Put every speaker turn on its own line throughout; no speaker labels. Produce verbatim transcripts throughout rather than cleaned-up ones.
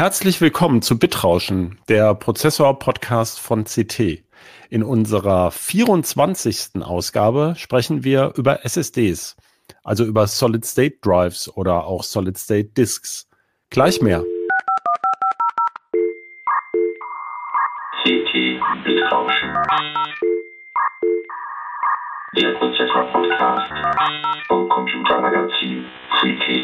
Herzlich willkommen zu Bitrauschen, der Prozessor-Podcast von C T. In unserer vierundzwanzigsten Ausgabe sprechen wir über S S Ds, also über Solid-State-Drives oder auch Solid-State-Disks. Gleich mehr.
C T Bitrauschen. Der Prozessor-Podcast vom Computermagazin C T.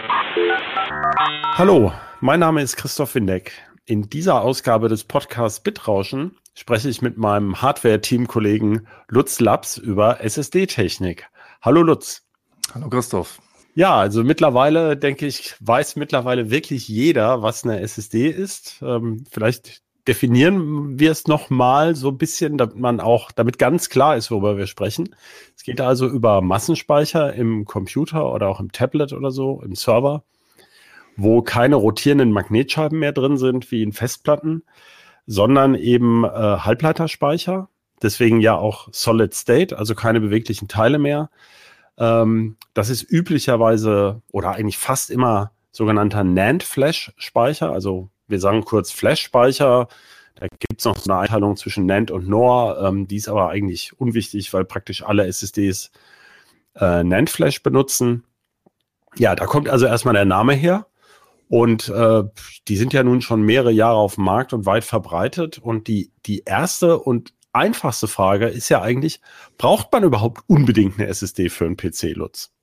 Hallo, mein Name ist Christoph Windeck. In dieser Ausgabe des Podcasts Bitrauschen spreche ich mit meinem Hardware-Teamkollegen Lutz Laps über S S D-Technik. Hallo Lutz.
Hallo Christoph.
Ja, also mittlerweile, denke ich, weiß mittlerweile wirklich jeder, was eine S S D ist. Ähm, vielleicht definieren wir es nochmal so ein bisschen, damit man auch, damit ganz klar ist, worüber wir sprechen. Es geht also über Massenspeicher im Computer oder auch im Tablet oder so, im Server, wo keine rotierenden Magnetscheiben mehr drin sind, wie in Festplatten, sondern eben äh, Halbleiterspeicher. Deswegen ja auch Solid State, also keine beweglichen Teile mehr. Ähm, das ist üblicherweise oder eigentlich fast immer sogenannter NAND-Flash-Speicher. Also wir sagen kurz Flash-Speicher. Da gibt es noch so eine Einteilung zwischen NAND und NOR. Ähm, die ist aber eigentlich unwichtig, weil praktisch alle S S Ds äh, NAND-Flash benutzen. Ja, da kommt also erstmal der Name her. Und äh, die sind ja nun schon mehrere Jahre auf dem Markt und weit verbreitet. Und die, die erste und einfachste Frage ist ja eigentlich, braucht man überhaupt unbedingt eine S S D für einen P C, Lutz?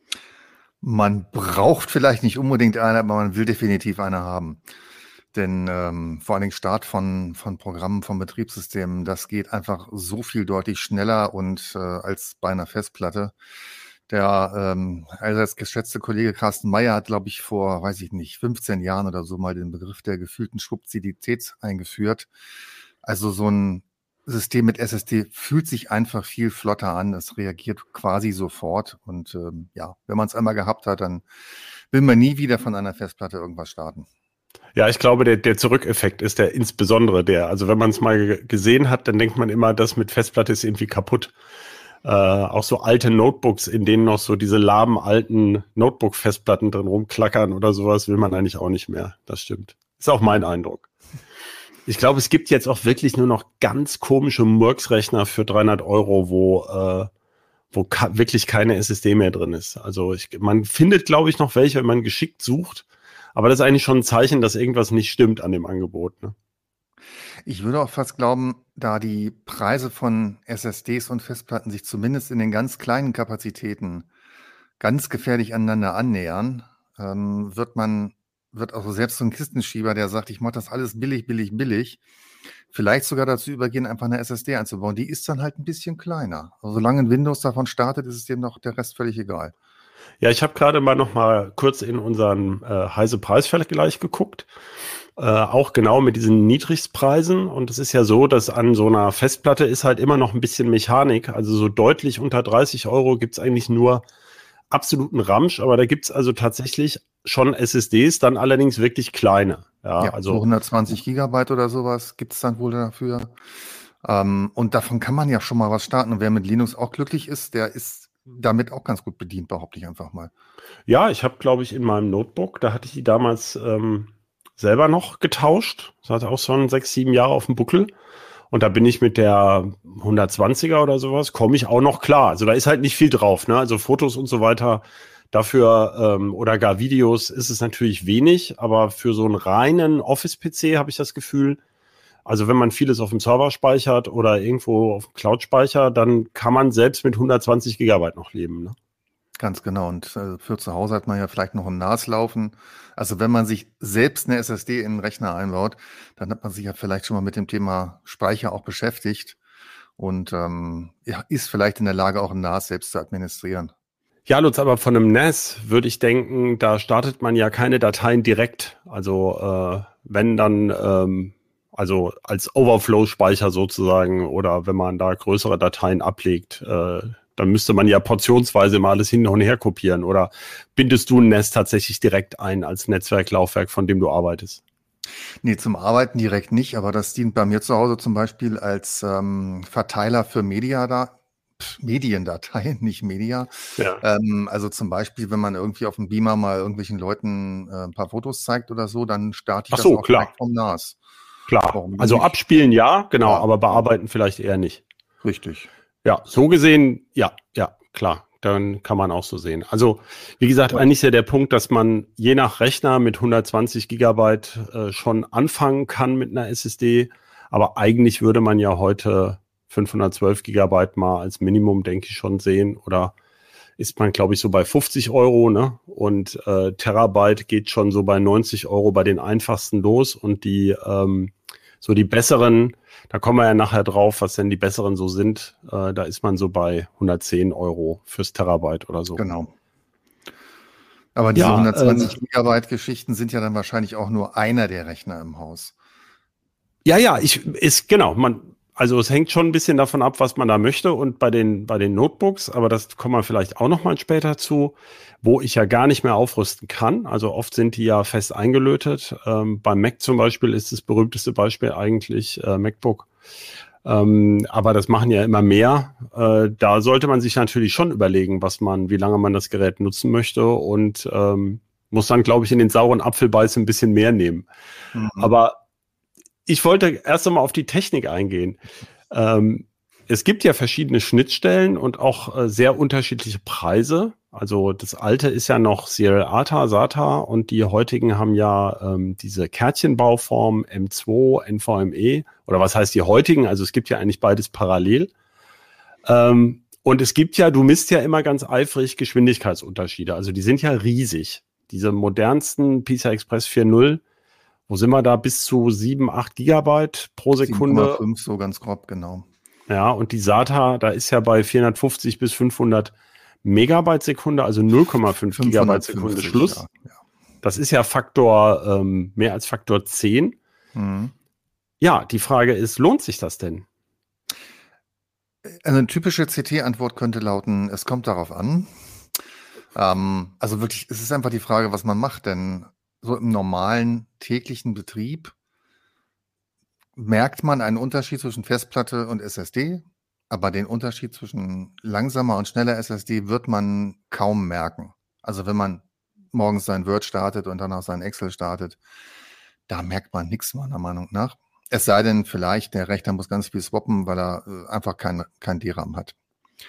Man braucht vielleicht nicht unbedingt eine, aber man will definitiv eine haben. Denn ähm, vor allen Dingen Start von, von Programmen, von Betriebssystemen, das geht einfach so viel deutlich schneller und äh, als bei einer Festplatte. Der ähm, allseits geschätzte Kollege Carsten Meyer hat, glaube ich, vor, weiß ich nicht, fünfzehn Jahren oder so mal den Begriff der gefühlten Schwuppzidität eingeführt. Also so ein System mit S S D fühlt sich einfach viel flotter an. Es reagiert quasi sofort. Und ähm, ja, wenn man es einmal gehabt hat, dann will man nie wieder von einer Festplatte irgendwas starten.
Ja, ich glaube, der, der Zurückeffekt ist der insbesondere der. Also wenn man es mal g- gesehen hat, dann denkt man immer, das mit Festplatte ist irgendwie kaputt. Äh, auch so alte Notebooks, in denen noch so diese lahmen alten Notebook-Festplatten drin rumklackern oder sowas, will man eigentlich auch nicht mehr. Das stimmt. Ist auch mein Eindruck. Ich glaube, es gibt jetzt auch wirklich nur noch ganz komische Murks-Rechner für dreihundert Euro, wo, äh, wo ka- wirklich keine S S D mehr drin ist. Also ich, man findet, glaube ich, noch welche, wenn man geschickt sucht. Aber das ist eigentlich schon ein Zeichen, dass irgendwas nicht stimmt an dem Angebot, ne?
Ich würde auch fast glauben, da die Preise von S S Ds und Festplatten sich zumindest in den ganz kleinen Kapazitäten ganz gefährlich aneinander annähern, ähm, wird man, wird auch selbst so ein Kistenschieber, der sagt, ich mache das alles billig, billig, billig, vielleicht sogar dazu übergehen, einfach eine S S D einzubauen. Die ist dann halt ein bisschen kleiner. Also solange ein Windows davon startet, ist es dem noch der Rest völlig egal.
Ja, ich habe gerade mal noch mal kurz in unseren äh, Heise Preisvergleich geguckt. Äh, auch genau mit diesen Niedrigstpreisen. Und es ist ja so, dass an so einer Festplatte ist halt immer noch ein bisschen Mechanik. Also so deutlich unter dreißig Euro gibt's eigentlich nur absoluten Ramsch. Aber da gibt's also tatsächlich schon S S Ds, dann allerdings wirklich kleine. Ja,
Ja,
also
so hundertzwanzig Gigabyte oder sowas gibt es dann wohl dafür. Ähm, und davon kann man ja schon mal was starten. Und wer mit Linux auch glücklich ist, der ist damit auch ganz gut bedient, behaupte ich einfach mal.
ja, ich habe, glaube ich, in meinem Notebook, da hatte ich die damals ähm, selber noch getauscht. Das hatte auch schon sechs, sieben Jahre auf dem Buckel. Und da bin ich mit der hundertzwanziger oder sowas, komme ich auch noch klar. Also da ist halt nicht viel drauf, ne? Also Fotos und so weiter. Dafür ähm, oder gar Videos ist es natürlich wenig, aber für so einen reinen Office-P C habe ich das Gefühl, also wenn man vieles auf dem Server speichert oder irgendwo auf dem Cloud speichert, dann kann man selbst mit hundertzwanzig Gigabyte noch leben, ne?
Ganz genau. Und äh, für zu Hause hat man ja vielleicht noch ein N A S laufen. Also wenn man sich selbst eine S S D in den Rechner einbaut, dann hat man sich ja vielleicht schon mal mit dem Thema Speicher auch beschäftigt und ähm, ja, ist vielleicht in der Lage, auch ein N A S selbst zu administrieren.
Ja, Lutz, aber von einem N A S würde ich denken, da startet man ja keine Dateien direkt. Also äh, wenn dann, ähm, also als Overflow-Speicher sozusagen oder wenn man da größere Dateien ablegt, äh, dann müsste man ja portionsweise mal alles hin und her kopieren. Oder bindest du ein N A S tatsächlich direkt ein als Netzwerklaufwerk, von dem du arbeitest?
Nee, zum Arbeiten direkt nicht, aber das dient bei mir zu Hause zum Beispiel als ähm, Verteiler für Media da Mediendatei, nicht Media.
Ja.
Ähm, also zum Beispiel, wenn man irgendwie auf dem Beamer mal irgendwelchen Leuten äh, ein paar Fotos zeigt oder so, dann starte ich
Ach
das
so,
auch
klar.
direkt vom N A S.
Klar.
Warum
Also
nicht?
abspielen ja, genau,
Ja.
aber bearbeiten vielleicht eher nicht.
Richtig.
Ja, so gesehen, ja, ja, klar. Dann kann man auch so sehen. Also, wie gesagt, eigentlich ist ja der Punkt, dass man je nach Rechner mit hundertzwanzig Gigabyte äh, schon anfangen kann mit einer S S D. Aber eigentlich würde man ja heute fünfhundertzwölf Gigabyte mal als Minimum, denke ich, schon sehen. Oder ist man, glaube ich, so bei fünfzig Euro, ne? Und äh, Terabyte geht schon so bei neunzig Euro bei den einfachsten los. Und die, ähm, so die besseren, da kommen wir ja nachher drauf, was denn die besseren so sind. Äh, da ist man so bei hundertzehn Euro fürs Terabyte oder so.
Genau. Aber diese
Ja,
hundertzwanzig
ähm,
Gigabyte Geschichten sind ja dann wahrscheinlich auch nur einer der Rechner im Haus.
Ja, ja, ich ist genau, man also es hängt schon ein bisschen davon ab, was man da möchte und bei den bei den Notebooks, aber das kommen wir vielleicht auch noch mal später zu, wo ich ja gar nicht mehr aufrüsten kann. Also oft sind die ja fest eingelötet. Ähm, beim Mac zum Beispiel ist das berühmteste Beispiel eigentlich äh, MacBook. Ähm, aber das machen ja immer mehr. Äh, da sollte man sich natürlich schon überlegen, was man, wie lange man das Gerät nutzen möchte und ähm, muss dann, glaube ich, in den sauren Apfel beißen ein bisschen mehr nehmen.
Mhm.
Aber ich wollte erst einmal auf die Technik eingehen. Ähm, es gibt ja verschiedene Schnittstellen und auch äh, sehr unterschiedliche Preise. Also das alte ist ja noch Serial A T A, S A T A und die heutigen haben ja ähm, diese Kärtchenbauform M zwei, N V M e oder was heißt die heutigen? Also es gibt ja eigentlich beides parallel. Ähm, und es gibt ja, du misst ja immer ganz eifrig Geschwindigkeitsunterschiede. Also die sind ja riesig. Diese modernsten P C I Express vier Punkt null, wo sind wir da? Bis zu sieben, acht Gigabyte pro
sieben
Sekunde.
Komma fünf so ganz grob, genau.
Ja, und die S A T A, da ist ja bei vierhundertfünfzig bis fünfhundert Megabyte Sekunde, also null Komma fünf Gigabyte Sekunde Schluss.
Ja, ja.
Das ist ja Faktor, ähm, mehr als Faktor zehn.
Mhm.
Ja, die Frage ist, lohnt sich das denn?
Eine typische C T-Antwort könnte lauten, es kommt darauf an. Ähm, also wirklich, es ist einfach die Frage, was man macht, denn so im normalen täglichen Betrieb merkt man einen Unterschied zwischen Festplatte und S S D, aber den Unterschied zwischen langsamer und schneller S S D wird man kaum merken. Also wenn man morgens sein Word startet und dann auch sein Excel startet, da merkt man nichts meiner Meinung nach. Es sei denn, vielleicht der Rechner muss ganz viel swappen, weil er äh, einfach kein, kein D RAM hat.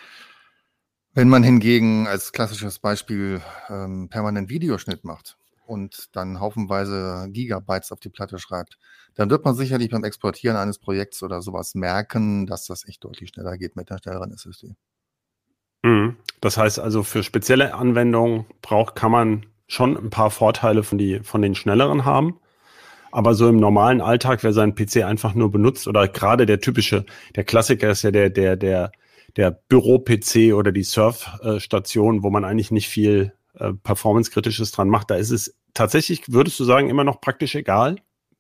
Wenn man hingegen als klassisches Beispiel ähm, permanent Videoschnitt macht und dann haufenweise Gigabytes auf die Platte schreibt, dann wird man sicherlich beim Exportieren eines Projekts oder sowas merken, dass das echt deutlich schneller geht mit einer schnelleren S S D.
Mhm. Das heißt also, für spezielle Anwendungen braucht, kann man schon ein paar Vorteile von, die, von den schnelleren haben. Aber so im normalen Alltag, wer seinen P C einfach nur benutzt oder gerade der typische, der Klassiker ist ja der, der, der, der Büro-P C oder die Surfstation, wo man eigentlich nicht viel äh, Performance-Kritisches dran macht. Da ist es tatsächlich, würdest du sagen, immer noch praktisch egal?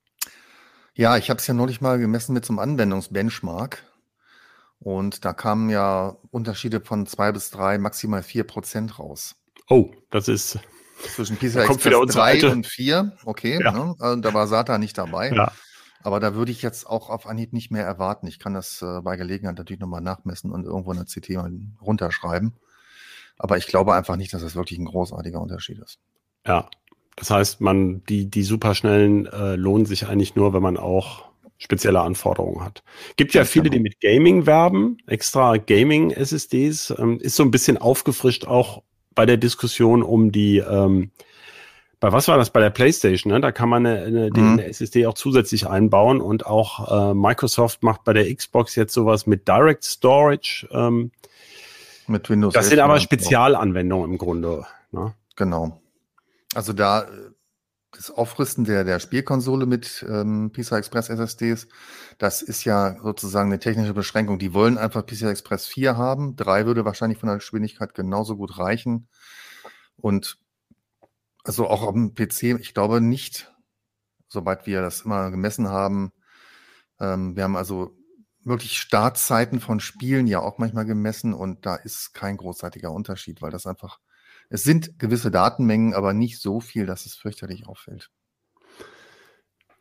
Ja, ich habe es ja neulich mal gemessen mit so einem Anwendungsbenchmark. Und da kamen ja Unterschiede von zwei bis drei, maximal vier Prozent raus.
Oh, das ist
zwischen P C I
da kommt wieder
Express
unsere
drei
alte-
und vier. Okay,
Ja.
ne? Also da war S A T A nicht dabei.
Ja.
Aber da würde ich jetzt auch auf Anhieb nicht mehr erwarten. Ich kann das äh, bei Gelegenheit natürlich nochmal nachmessen und irgendwo in der C T mal runterschreiben. Aber ich glaube einfach nicht, dass das wirklich ein großartiger Unterschied ist.
Ja, das heißt, man die die superschnellen äh, lohnen sich eigentlich nur, wenn man auch spezielle Anforderungen hat. Gibt ja
Ganz
viele,
genau.
die mit Gaming werben, extra Gaming-S S Ds. Ähm, ist so ein bisschen aufgefrischt auch bei der Diskussion um die, ähm, bei was war das, bei der PlayStation, ne? Da kann man eine, eine, die,
Mhm.
eine S S D auch zusätzlich einbauen und auch äh, Microsoft macht bei der Xbox jetzt sowas mit Direct Storage. Ähm,
Mit Windows
das
elf
sind aber
oder so.
Spezialanwendungen im Grunde. Ne?
Genau. Also da äh, das Aufrüsten der, der Spielkonsole mit ähm, P C I Express S S Ds, das ist ja sozusagen eine technische Beschränkung. Die wollen einfach P C I Express vier haben. drei würde wahrscheinlich von der Geschwindigkeit genauso gut reichen. Und also auch auf dem P C, ich glaube nicht, soweit wir das immer gemessen haben. Ähm, wir haben also wirklich Startzeiten von Spielen ja auch manchmal gemessen und da ist kein großartiger Unterschied, weil das einfach, es sind gewisse Datenmengen, aber nicht so viel, dass es fürchterlich auffällt.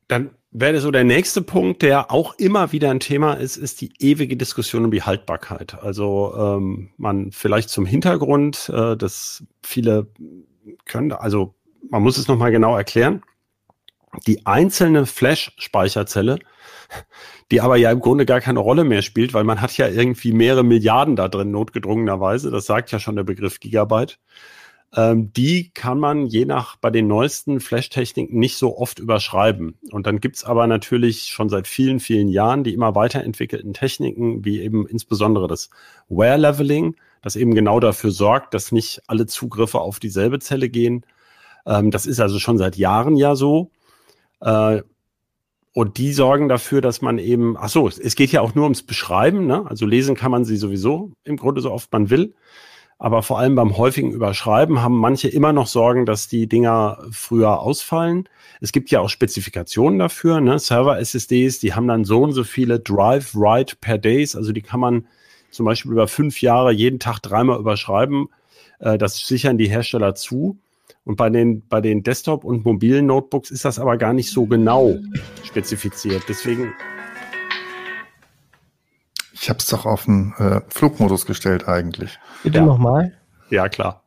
dann wäre so der nächste Punkt, der auch immer wieder ein Thema ist, ist die ewige Diskussion um die Haltbarkeit. Also ähm, man vielleicht zum Hintergrund, äh, dass viele können, also man muss es nochmal genau erklären, die einzelne Flash-Speicherzelle, die aber ja im Grunde gar keine Rolle mehr spielt, weil man hat ja irgendwie mehrere Milliarden da drin, notgedrungenerweise, das sagt ja schon der Begriff Gigabyte. Ähm, die kann man je nach, bei den neuesten Flash-Techniken nicht so oft überschreiben. Und dann gibt's aber natürlich schon seit vielen, vielen Jahren die immer weiterentwickelten Techniken, wie eben insbesondere das Wear-Leveling, das eben genau dafür sorgt, dass nicht alle Zugriffe auf dieselbe Zelle gehen. Ähm, das ist also schon seit Jahren ja so. Äh, und die sorgen dafür, dass man eben, ach so, es geht ja auch nur ums Beschreiben, ne? Also lesen kann man sie sowieso im Grunde so oft man will. Aber vor allem beim häufigen Überschreiben haben manche immer noch Sorgen, dass die Dinger früher ausfallen. Es gibt ja auch Spezifikationen dafür, ne? Server-S S Ds, die haben dann so und so viele Drive-Write per Days. Also die kann man zum Beispiel über fünf Jahre jeden Tag dreimal überschreiben. Äh, das sichern die Hersteller zu. Und bei den, bei den Desktop- und mobilen Notebooks ist das aber gar nicht so genau spezifiziert. Deswegen...
Ich habe es doch auf den äh, Flugmodus gestellt eigentlich.
Bitte
ja.
nochmal.
Ja, klar.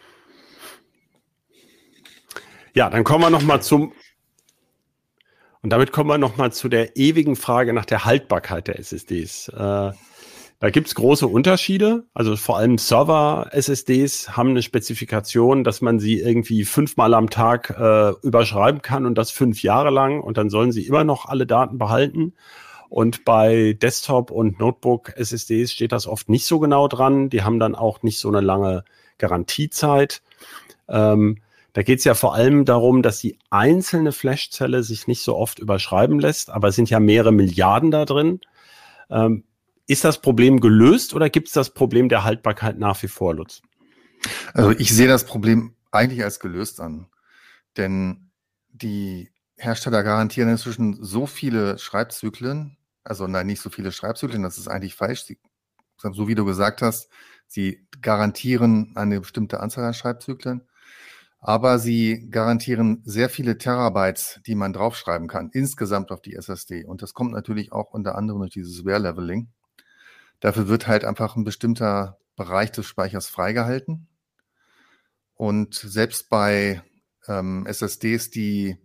Ja, dann kommen wir noch mal zum und damit kommen wir noch mal zu der ewigen Frage nach der Haltbarkeit der S S Ds. Äh, da gibt's große Unterschiede. Also vor allem Server-S S Ds haben eine Spezifikation, dass man sie irgendwie fünfmal am Tag äh, überschreiben kann und das fünf Jahre lang und dann sollen sie immer noch alle Daten behalten. Und bei Desktop- und Notebook-S S Ds steht das oft nicht so genau dran. Die haben dann auch nicht so eine lange Garantiezeit. Ähm, da geht es ja vor allem darum, dass die einzelne Flashzelle sich nicht so oft überschreiben lässt, aber es sind ja mehrere Milliarden da drin. Ähm, ist das Problem gelöst oder gibt es das Problem der Haltbarkeit nach wie vor, Lutz?
Also ich sehe das Problem eigentlich als gelöst an. Denn die Hersteller garantieren inzwischen so viele Schreibzyklen, also nein, nicht so viele Schreibzyklen, das ist eigentlich falsch. Sie, so wie du gesagt hast, sie garantieren eine bestimmte Anzahl an Schreibzyklen, aber sie garantieren sehr viele Terabytes, die man draufschreiben kann, insgesamt auf die S S D. Und das kommt natürlich auch unter anderem durch dieses Wear-Leveling. Dafür wird halt einfach ein bestimmter Bereich des Speichers freigehalten. Und selbst bei ähm, S S Ds, die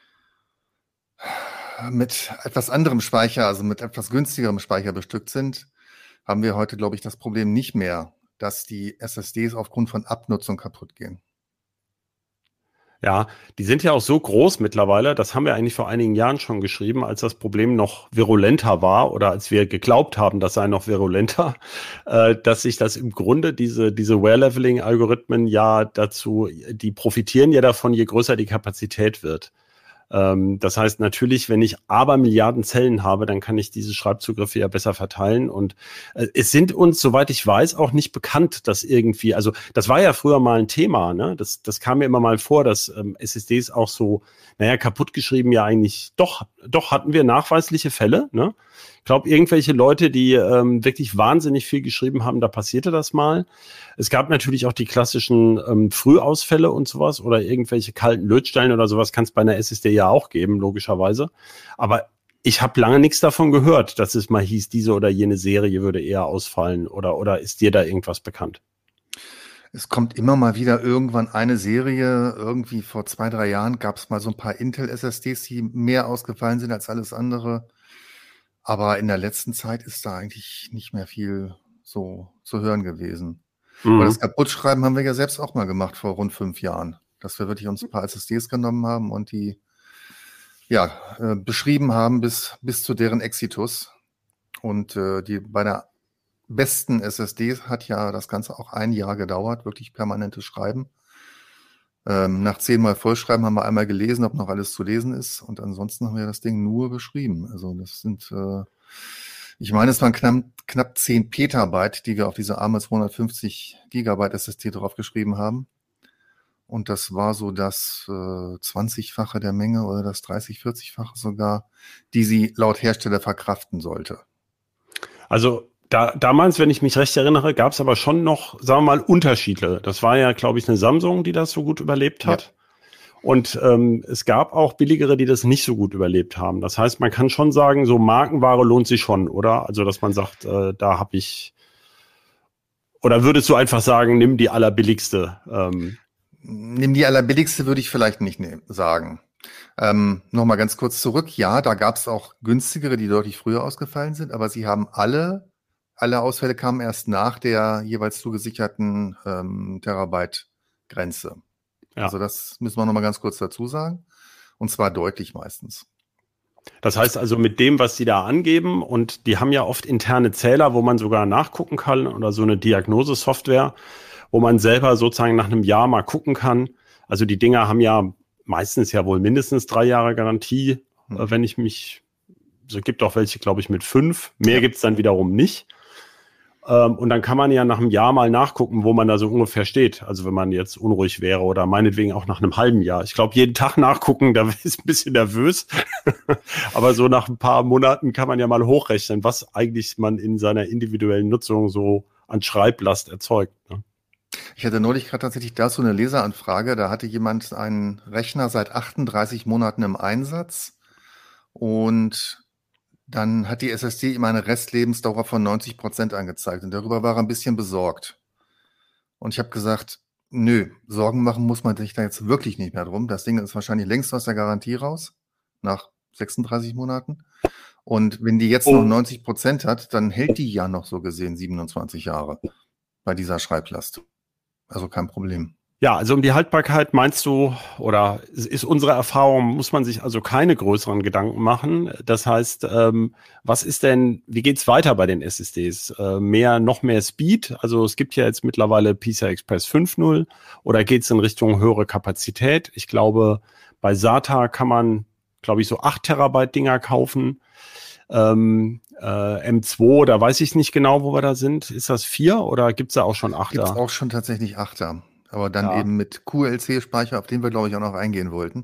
mit etwas anderem Speicher, also mit etwas günstigerem Speicher bestückt sind, haben wir heute, glaube ich, das Problem nicht mehr, dass die S S Ds aufgrund von Abnutzung kaputt gehen.
Ja, die sind ja auch so groß mittlerweile, das haben wir eigentlich vor einigen Jahren schon geschrieben, als das Problem noch virulenter war oder als wir geglaubt haben, das sei noch virulenter, äh, dass sich das im Grunde, diese, diese Wear-Leveling-Algorithmen ja dazu, die profitieren ja davon, je größer die Kapazität wird. Das heißt natürlich, wenn ich aber Milliarden Zellen habe, dann kann ich diese Schreibzugriffe ja besser verteilen. Und äh, es sind uns, soweit ich weiß, auch nicht bekannt, dass irgendwie, also das war ja früher mal ein Thema, ne? Das, das kam mir immer mal vor, dass ähm, S S Ds auch so, naja, kaputtgeschrieben ja eigentlich, doch, doch hatten wir nachweisliche Fälle, ne? Ich glaube, irgendwelche Leute, die ähm, wirklich wahnsinnig viel geschrieben haben, da passierte das mal. Es gab natürlich auch die klassischen ähm, Frühausfälle und sowas oder irgendwelche kalten Lötstellen oder sowas kann es bei einer S S D ja auch geben, logischerweise. Aber ich habe lange nichts davon gehört, dass es mal hieß, diese oder jene Serie würde eher ausfallen oder, oder ist dir da irgendwas bekannt?
Es kommt immer mal wieder irgendwann eine Serie, irgendwie vor zwei, drei Jahren gab es mal so ein paar Intel-S S Ds, die mehr ausgefallen sind als alles andere. Aber in der letzten Zeit ist da eigentlich nicht mehr viel so zu hören gewesen. Mhm. Aber das Kaputtschreiben haben wir ja selbst auch mal gemacht vor rund fünf Jahren. Dass wir wirklich uns ein paar S S Ds genommen haben und die ja, äh, beschrieben haben bis, bis zu deren Exitus. Und äh, die bei der besten S S Ds hat ja das Ganze auch ein Jahr gedauert, wirklich permanentes Schreiben. Ähm, nach zehnmal Vollschreiben haben wir einmal gelesen, ob noch alles zu lesen ist. Und ansonsten haben wir das Ding nur beschrieben. Also das sind, äh, ich meine, es waren knapp, knapp zehn Petabyte, die wir auf diese arme zweihundertfünfzig Gigabyte S S D draufgeschrieben haben. Und das war so das äh, zwanzigfache der Menge oder das dreißig-, vierzigfache sogar, die sie laut Hersteller verkraften sollte.
Also Da, damals, wenn ich mich recht erinnere, gab es aber schon noch, sagen wir mal, Unterschiede. Das war ja, glaube ich, eine Samsung, die das so gut überlebt hat. Ja. Und ähm, es gab auch billigere, die das nicht so gut überlebt haben. Das heißt, man kann schon sagen, so Markenware lohnt sich schon, oder? Also, dass man sagt, äh, da habe ich. Oder würdest du einfach sagen, nimm die allerbilligste? Ähm.
Nimm die allerbilligste würde ich vielleicht nicht nehmen, sagen. Ähm, Nochmal ganz kurz zurück. Ja, da gab es auch günstigere, die deutlich früher ausgefallen sind, aber sie haben alle, alle Ausfälle kamen erst nach der jeweils zugesicherten ähm, Terabyte-Grenze. Ja. Also das müssen wir nochmal ganz kurz dazu sagen. Und zwar deutlich meistens.
Das heißt also mit dem, was die da angeben, und die haben ja oft interne Zähler, wo man sogar nachgucken kann oder so eine Diagnosesoftware, wo man selber sozusagen nach einem Jahr mal gucken kann. Also die Dinger haben ja meistens ja wohl mindestens drei Jahre Garantie, hm. äh, wenn ich mich, so gibt auch welche, glaube ich, mit fünf. Mehr ja. Gibt's dann wiederum nicht. Ähm, und dann kann man ja nach einem Jahr mal nachgucken, wo man da so ungefähr steht. Also wenn man jetzt unruhig wäre oder meinetwegen auch nach einem halben Jahr. Ich glaube, jeden Tag nachgucken, da ist ein bisschen nervös. Aber so nach ein paar Monaten kann man ja mal hochrechnen, was eigentlich man in seiner individuellen Nutzung so an Schreiblast erzeugt. Ne?
Ich hatte neulich gerade tatsächlich dazu eine Leseranfrage. Da hatte jemand einen Rechner seit achtunddreißig Monaten im Einsatz und dann hat die S S D ihm eine Restlebensdauer von neunzig Prozent angezeigt und darüber war er ein bisschen besorgt. Und ich habe gesagt, nö, Sorgen machen muss man sich da jetzt wirklich nicht mehr drum. Das Ding ist wahrscheinlich längst aus der Garantie raus, nach sechsunddreißig Monaten. Und wenn die jetzt oh. noch neunzig Prozent hat, dann hält die ja noch so gesehen siebenundzwanzig Jahre bei dieser Schreiblast. Also kein Problem.
Ja, also um die Haltbarkeit meinst du, oder ist unsere Erfahrung, muss man sich also keine größeren Gedanken machen. Das heißt, ähm, was ist denn, wie geht's weiter bei den S S Ds? Äh, mehr, noch mehr Speed? Also es gibt ja jetzt mittlerweile P C I Express fünf Punkt null oder geht's in Richtung höhere Kapazität? Ich glaube, bei SATA kann man, glaube ich, so acht Terabyte Dinger kaufen. Ähm, äh, M zwei, da weiß ich nicht genau, wo wir da sind. Ist das vier oder gibt's da auch schon Achter?
Gibt's auch schon tatsächlich Achter. Aber dann ja. eben mit Q L C-Speicher, auf den wir, glaube ich, auch noch eingehen wollten.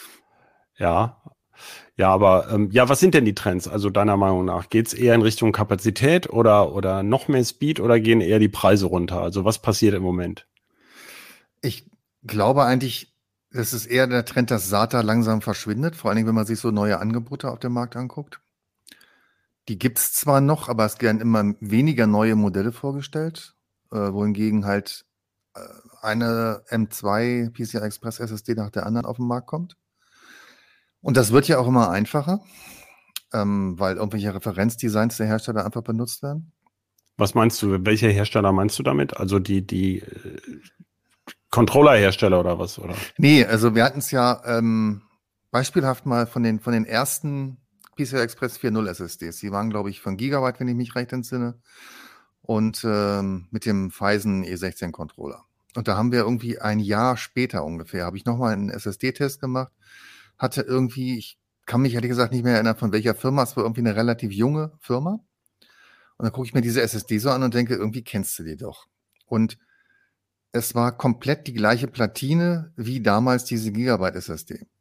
Ja, ja, aber ähm, ja, was sind denn die Trends? Also deiner Meinung nach, geht's eher in Richtung Kapazität oder, oder noch mehr Speed oder gehen eher die Preise runter? Also was passiert im Moment?
Ich glaube eigentlich, es ist eher der Trend, dass SATA langsam verschwindet, vor allen Dingen, wenn man sich so neue Angebote auf dem Markt anguckt. Die gibt's zwar noch, aber es werden immer weniger neue Modelle vorgestellt, äh, wohingegen halt äh, eine M zwei P C I Express S S D nach der anderen auf den Markt kommt. Und das wird ja auch immer einfacher, ähm, weil irgendwelche Referenzdesigns der Hersteller einfach benutzt werden.
Was meinst du? Welche Hersteller meinst du damit? Also die, die äh, Controller-Hersteller oder was? Oder?
Nee, also wir hatten es ja ähm, beispielhaft mal von den, von den ersten P C I Express vier Punkt null S S Ds. Die waren, glaube ich, von Gigabyte, wenn ich mich recht entsinne. Und ähm, mit dem Phison E sechzehn Controller. Und da haben wir irgendwie ein Jahr später ungefähr, habe ich nochmal einen S S D-Test gemacht, hatte irgendwie, ich kann mich ehrlich gesagt nicht mehr erinnern, von welcher Firma, es war irgendwie eine relativ junge Firma. Und dann gucke ich mir diese S S D so an und denke, irgendwie kennst du die doch. Und es war komplett die gleiche Platine wie damals diese Gigabyte S S D.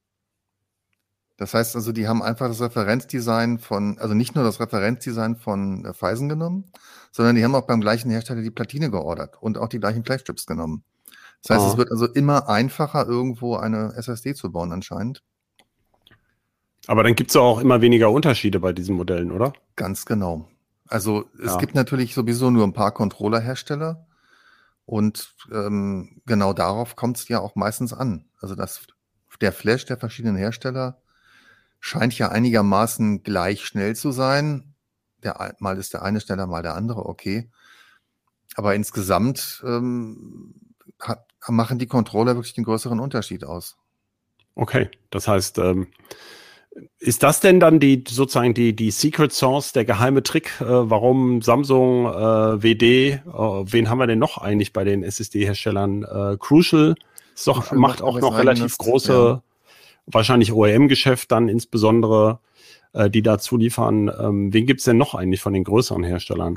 Das heißt also, die haben einfach das Referenzdesign von, also nicht nur das Referenzdesign von äh, Phison genommen, sondern die haben auch beim gleichen Hersteller die Platine geordert und auch die gleichen Flash-Chips genommen. Das heißt, oh. es wird also immer einfacher, irgendwo eine S S D zu bauen anscheinend.
Aber dann gibt es auch immer weniger Unterschiede bei diesen Modellen, oder?
Ganz genau. Also es
ja.
gibt natürlich sowieso nur ein paar Controller-Hersteller und ähm, genau darauf kommt es ja auch meistens an. Also das, der Flash der verschiedenen Hersteller scheint ja einigermaßen gleich schnell zu sein. Der, mal ist der eine schneller, mal der andere, okay. Aber insgesamt ähm, hat, machen die Controller wirklich den größeren Unterschied aus.
Okay, das heißt, ähm, ist das denn dann die sozusagen die die Secret Sauce, der geheime Trick, äh, warum Samsung, äh, W D, äh, wen haben wir denn noch eigentlich bei den S S D-Herstellern? Äh, Crucial, ist doch, Crucial macht auch noch relativ große, ja. wahrscheinlich O E M-Geschäft dann insbesondere, äh, die dazu liefern. Ähm, wen gibt's denn noch eigentlich von den größeren Herstellern?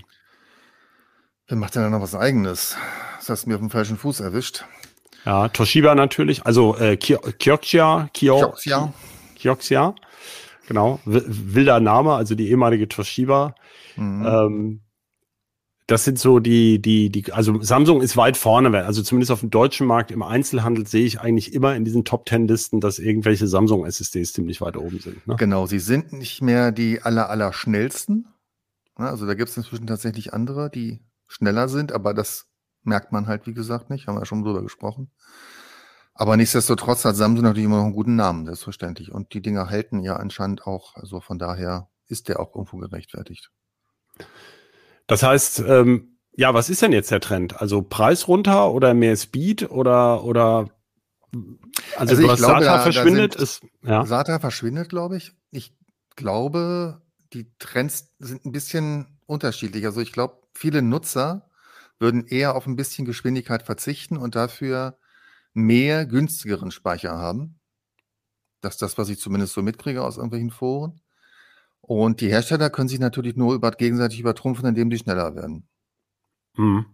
Wer macht denn da noch was Eigenes? Das hast du mir auf dem falschen Fuß erwischt.
Ja, Toshiba natürlich, also äh, Kioxia,
Kioxia.
Kioxia, genau, wilder Name, also die ehemalige Toshiba. Mhm. Ähm, Das sind so die, die, die, also Samsung ist weit vorne, also zumindest auf dem deutschen Markt im Einzelhandel sehe ich eigentlich immer in diesen Top Ten Listen, dass irgendwelche Samsung S S Ds ziemlich weit oben sind. Ne?
Genau, sie sind nicht mehr die aller, aller schnellsten. Also da gibt es inzwischen tatsächlich andere, die schneller sind, aber das merkt man halt, wie gesagt, nicht. Haben wir ja schon drüber gesprochen. Aber nichtsdestotrotz hat Samsung natürlich immer noch einen guten Namen, selbstverständlich. Und die Dinger halten ja anscheinend auch, also von daher ist der auch irgendwo gerechtfertigt.
Das heißt, ähm, ja, was ist denn jetzt der Trend? Also Preis runter oder mehr Speed oder oder also,
Also ich
was
glaube,
SATA
da,
verschwindet
da sind,
ist ja.
SATA verschwindet, glaube ich. Ich glaube, die Trends sind ein bisschen unterschiedlich. Also ich glaube, viele Nutzer würden eher auf ein bisschen Geschwindigkeit verzichten und dafür mehr günstigeren Speicher haben. Das ist das, was ich zumindest so mitkriege aus irgendwelchen Foren. Und die Hersteller können sich natürlich nur über, gegenseitig übertrumpfen, indem die schneller werden.
Hm.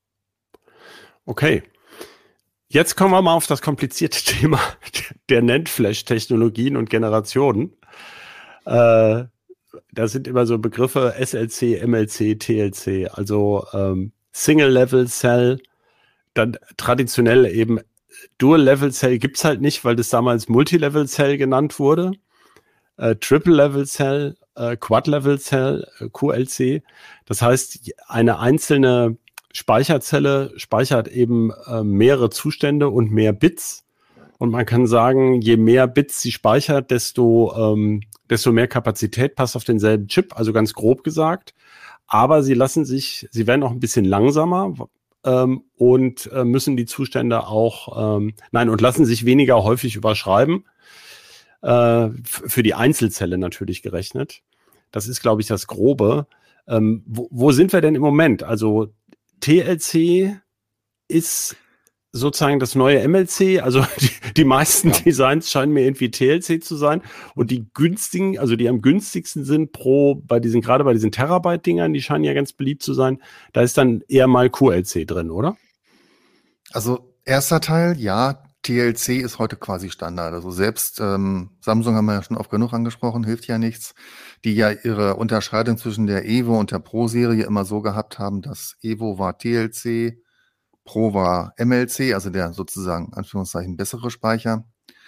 Okay. Jetzt kommen wir mal auf das komplizierte Thema der NAND-Flash-Technologien und Generationen. Äh, da sind immer so Begriffe S L C, M L C, T L C, also ähm, Single-Level-Cell, dann traditionell eben Dual-Level-Cell gibt's halt nicht, weil das damals Multi-Level-Cell genannt wurde. Äh, Triple-Level-Cell, äh, Quad-Level-Cell, äh, Q L C. Das heißt, eine einzelne Speicherzelle speichert eben äh, mehrere Zustände und mehr Bits. Und man kann sagen, je mehr Bits sie speichert, desto, ähm, desto mehr Kapazität passt auf denselben Chip, also ganz grob gesagt. Aber sie lassen sich, sie werden auch ein bisschen langsamer ähm, und äh, müssen die Zustände auch, ähm, nein, und lassen sich weniger häufig überschreiben. Äh, f- für die Einzelzelle natürlich gerechnet. Das ist, glaube ich, das Grobe. Ähm, wo, wo sind wir denn im Moment? Also T L C ist sozusagen das neue M L C. Also die, die meisten
Ja.
Designs scheinen mir irgendwie T L C zu sein. Und die günstigen, also die am günstigsten sind pro, bei diesen, gerade bei diesen Terabyte-Dingern, die scheinen ja ganz beliebt zu sein. Da ist dann eher mal Q L C drin, oder?
Also erster Teil, ja, T L C ist heute quasi Standard. Also selbst ähm, Samsung haben wir ja schon oft genug angesprochen, hilft ja nichts, die ja ihre Unterscheidung zwischen der Evo und der Pro-Serie immer so gehabt haben, dass Evo war T L C, Pro war M L C, also der sozusagen, Anführungszeichen, bessere Speicher.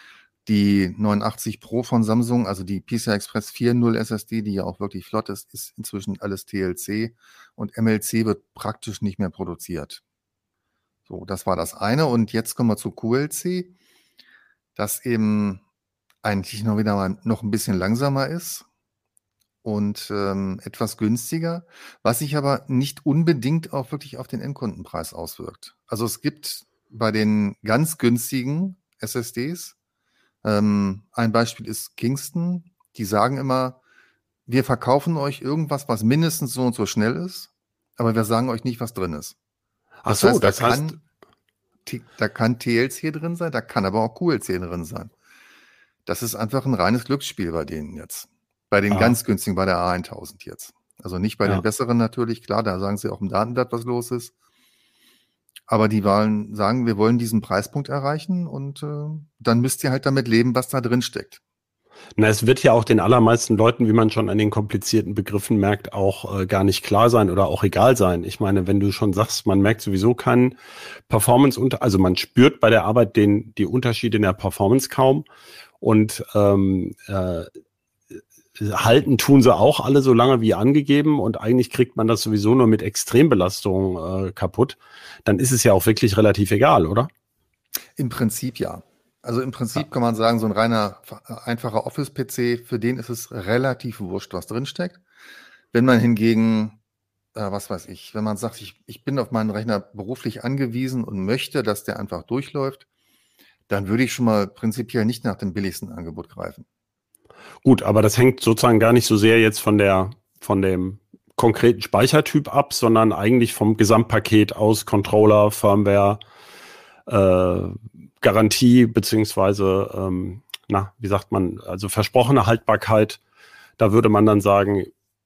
Die neunundachtzig Pro von Samsung, also die P C I Express vier Punkt null S S D, die ja auch wirklich flott ist, ist inzwischen alles T L C und M L C wird praktisch nicht mehr produziert. So, das war das eine. Und jetzt kommen wir zu Q L C, das eben eigentlich noch wieder mal noch ein bisschen langsamer ist und ähm, etwas günstiger, was sich aber nicht unbedingt auch wirklich auf den Endkundenpreis auswirkt. Also es gibt bei den ganz günstigen S S Ds, ähm, ein Beispiel ist Kingston, die sagen immer, wir verkaufen euch irgendwas, was mindestens so und so schnell ist, aber wir sagen euch nicht, was drin ist.
Ach
Das
so,
heißt,
das
da
heißt,
kann, T- da kann T L C drin sein, da kann aber auch Q L C drin sein. Das ist einfach ein reines Glücksspiel bei denen jetzt. Bei den
Ah.
ganz günstigen, bei der A tausend jetzt. Also nicht bei
Ja.
den besseren natürlich, klar, da sagen sie auch im Datenblatt, was los ist. Aber die wollen sagen, wir wollen diesen Preispunkt erreichen und äh, dann müsst ihr halt damit leben, was da drin steckt.
Na, es wird ja auch den allermeisten Leuten, wie man schon an den komplizierten Begriffen merkt, auch äh, gar nicht klar sein oder auch egal sein. Ich meine, wenn du schon sagst, man merkt sowieso keinen Performance unter, also man spürt bei der Arbeit den die Unterschiede in der Performance kaum und ähm, äh, halten tun sie auch alle so lange wie angegeben und eigentlich kriegt man das sowieso nur mit Extrembelastung äh, kaputt. Dann ist es ja auch wirklich relativ egal, oder?
Im Prinzip ja. Also im Prinzip kann man sagen, so ein reiner, einfacher Office-P C, für den ist es relativ wurscht, was drinsteckt. Wenn man hingegen, äh, was weiß ich, wenn man sagt, ich, ich bin auf meinen Rechner beruflich angewiesen und möchte, dass der einfach durchläuft, dann würde ich schon mal prinzipiell nicht nach dem billigsten Angebot greifen.
Gut, aber das hängt sozusagen gar nicht so sehr jetzt von der, von dem konkreten Speichertyp ab, sondern eigentlich vom Gesamtpaket aus Controller, Firmware, äh, Garantie, beziehungsweise, ähm, na, wie sagt man, also versprochene Haltbarkeit. Da würde man dann sagen,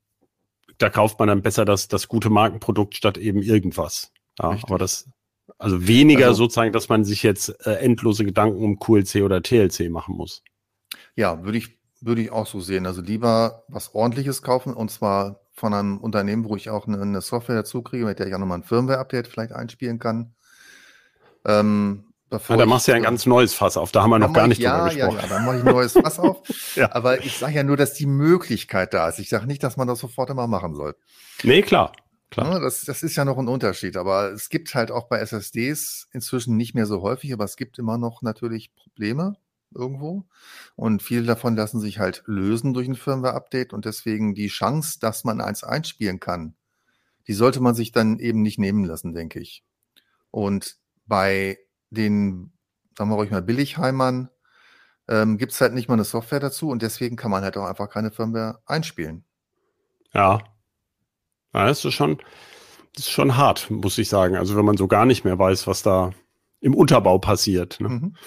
da kauft man dann besser das, das gute Markenprodukt statt eben irgendwas. Ja,
Richtig.
aber das, also weniger
Also-
sozusagen, dass man sich jetzt äh, endlose Gedanken um Q L C oder T L C machen muss.
Ja, würde ich würde ich auch so sehen. Also lieber was Ordentliches kaufen und zwar von einem Unternehmen, wo ich auch eine, eine Software dazu kriege, mit der ich auch nochmal ein Firmware-Update vielleicht einspielen kann. Ähm,
Ja,
bevor
da machst du ja ein
ich,
ganz neues Fass auf. Da haben wir
Da
noch gar
mache ich,
nicht drüber
ja, ja,
gesprochen.
ja, da mache ich ein neues Fass auf.
Ja.
Aber ich sage ja nur, dass die Möglichkeit da ist. Ich sage nicht, dass man das sofort immer machen soll.
Nee, klar. klar.
Ja, das, das ist ja noch ein Unterschied. Aber es gibt halt auch bei S S Ds inzwischen nicht mehr so häufig, aber es gibt immer noch natürlich Probleme irgendwo. Und viele davon lassen sich halt lösen durch ein Firmware-Update. Und deswegen die Chance, dass man eins einspielen kann, die sollte man sich dann eben nicht nehmen lassen, denke ich. Und bei den, sagen wir ruhig mal, Billigheimern ähm, gibt es halt nicht mal eine Software dazu und deswegen kann man halt auch einfach keine Firmware einspielen.
Ja. Ja, das ist schon, das ist schon hart, muss ich sagen. Also wenn man so gar nicht mehr weiß, was da im Unterbau passiert. Ne?
Mhm.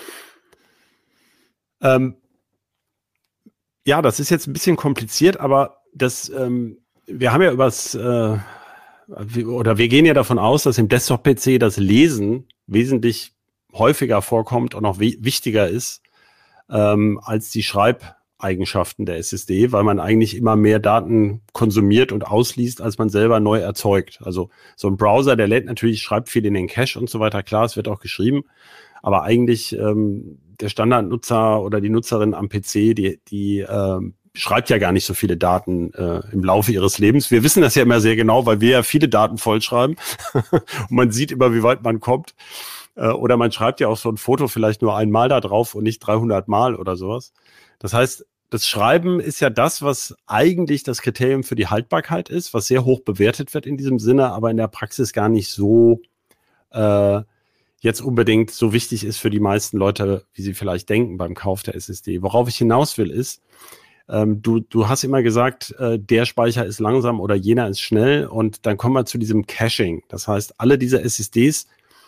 Ähm, ja, das ist jetzt ein bisschen kompliziert, aber das, ähm, wir haben ja übers, äh, oder wir gehen ja davon aus, dass im Desktop-P C das Lesen wesentlich häufiger vorkommt und auch wichtiger ist ähm, als die Schreibeigenschaften der S S D, weil man eigentlich immer mehr Daten konsumiert und ausliest, als man selber neu erzeugt. Also so ein Browser, der lädt natürlich, schreibt viel in den Cache und so weiter. Klar, es wird auch geschrieben, aber eigentlich ähm, der Standardnutzer oder die Nutzerin am P C, die, die ähm, schreibt ja gar nicht so viele Daten äh, im Laufe ihres Lebens. Wir wissen das ja immer sehr genau, weil wir ja viele Daten vollschreiben und man sieht immer, wie weit man kommt. Äh, oder man schreibt ja auch so ein Foto vielleicht nur einmal da drauf und nicht dreihundert Mal oder sowas. Das heißt, das Schreiben ist ja das, was eigentlich das Kriterium für die Haltbarkeit ist, was sehr hoch bewertet wird in diesem Sinne, aber in der Praxis gar nicht so äh, jetzt unbedingt so wichtig ist für die meisten Leute, wie sie vielleicht denken beim Kauf der S S D. Worauf ich hinaus will, ist, ähm, du, du hast immer gesagt, äh, der Speicher ist langsam oder jener ist schnell und dann kommen wir zu diesem Caching. Das heißt, alle diese S S Ds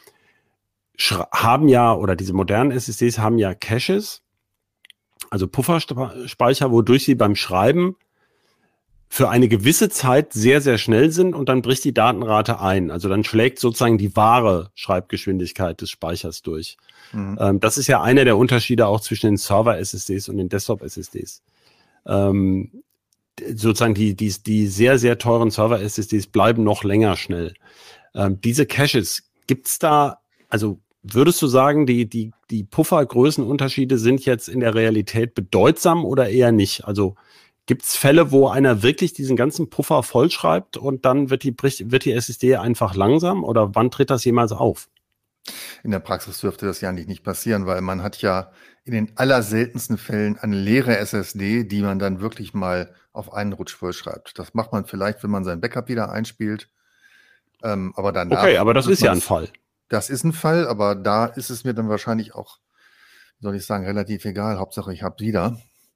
haben ja, oder diese modernen S S Ds haben ja Caches, also Pufferspeicher, wodurch sie beim Schreiben für eine gewisse Zeit sehr, sehr schnell sind und dann bricht die Datenrate ein. Also dann schlägt sozusagen die wahre Schreibgeschwindigkeit des Speichers durch. Mhm. Ähm, das ist ja einer der Unterschiede auch zwischen den Server-S S Ds und den Desktop-S S Ds. Ähm, sozusagen die, die, die sehr, sehr teuren Server-S S Ds bleiben noch länger schnell. Ähm, diese Caches, gibt's da, also würdest du sagen, die, die, die Puffergrößenunterschiede sind jetzt in der Realität bedeutsam oder eher nicht? Also gibt es Fälle, wo einer wirklich diesen ganzen Puffer vollschreibt und dann wird die, wird die S S D einfach langsam oder wann tritt das jemals auf?
In der Praxis dürfte das ja eigentlich nicht passieren, weil man hat ja in den allerseltensten Fällen eine leere S S D, die man dann wirklich mal auf einen Rutsch vollschreibt. Das macht man vielleicht, wenn man sein Backup wieder einspielt. Ähm, aber danach.
Okay, aber das ist ja ein Fall.
Das ist ein Fall, aber da ist es mir dann wahrscheinlich auch, wie soll ich sagen, relativ egal. Hauptsache, ich habe wieder.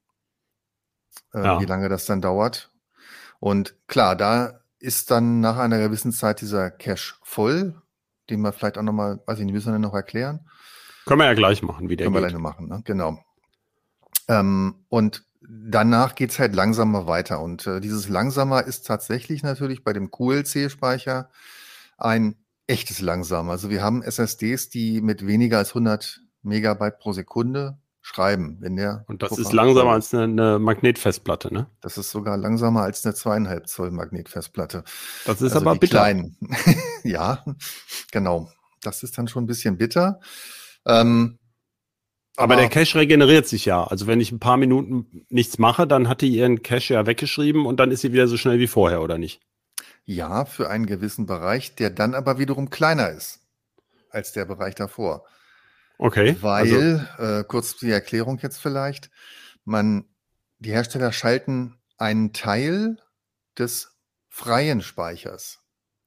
Äh, ja. Wie lange das dann dauert. Und klar, da ist dann nach einer gewissen Zeit dieser Cache voll, den wir vielleicht auch nochmal, weiß ich nicht, müssen wir noch erklären.
Können wir ja gleich machen, wie der
Können
geht.
wir gleich machen, ne? Genau. Ähm, und danach geht's halt langsamer weiter. Und äh, dieses langsamer ist tatsächlich natürlich bei dem Q L C-Speicher ein echtes langsamer. Also wir haben S S Ds, die mit weniger als hundert Megabyte pro Sekunde schreiben. Wenn der
Und das ist langsamer als eine, eine Magnetfestplatte, ne?
Das ist sogar langsamer als eine zweieinhalb Zoll Magnetfestplatte.
Das ist also aber bitter.
Kleinen. Ja, genau. Das ist dann schon ein bisschen bitter. Ähm,
aber, aber der Cache regeneriert sich ja. Also wenn ich ein paar Minuten nichts mache, dann hat die ihren Cache ja weggeschrieben und dann ist sie wieder so schnell wie vorher, oder nicht?
Ja, für einen gewissen Bereich, der dann aber wiederum kleiner ist als der Bereich davor.
Okay.
Weil, also, äh, kurz die Erklärung jetzt vielleicht, man, die Hersteller schalten einen Teil des freien Speichers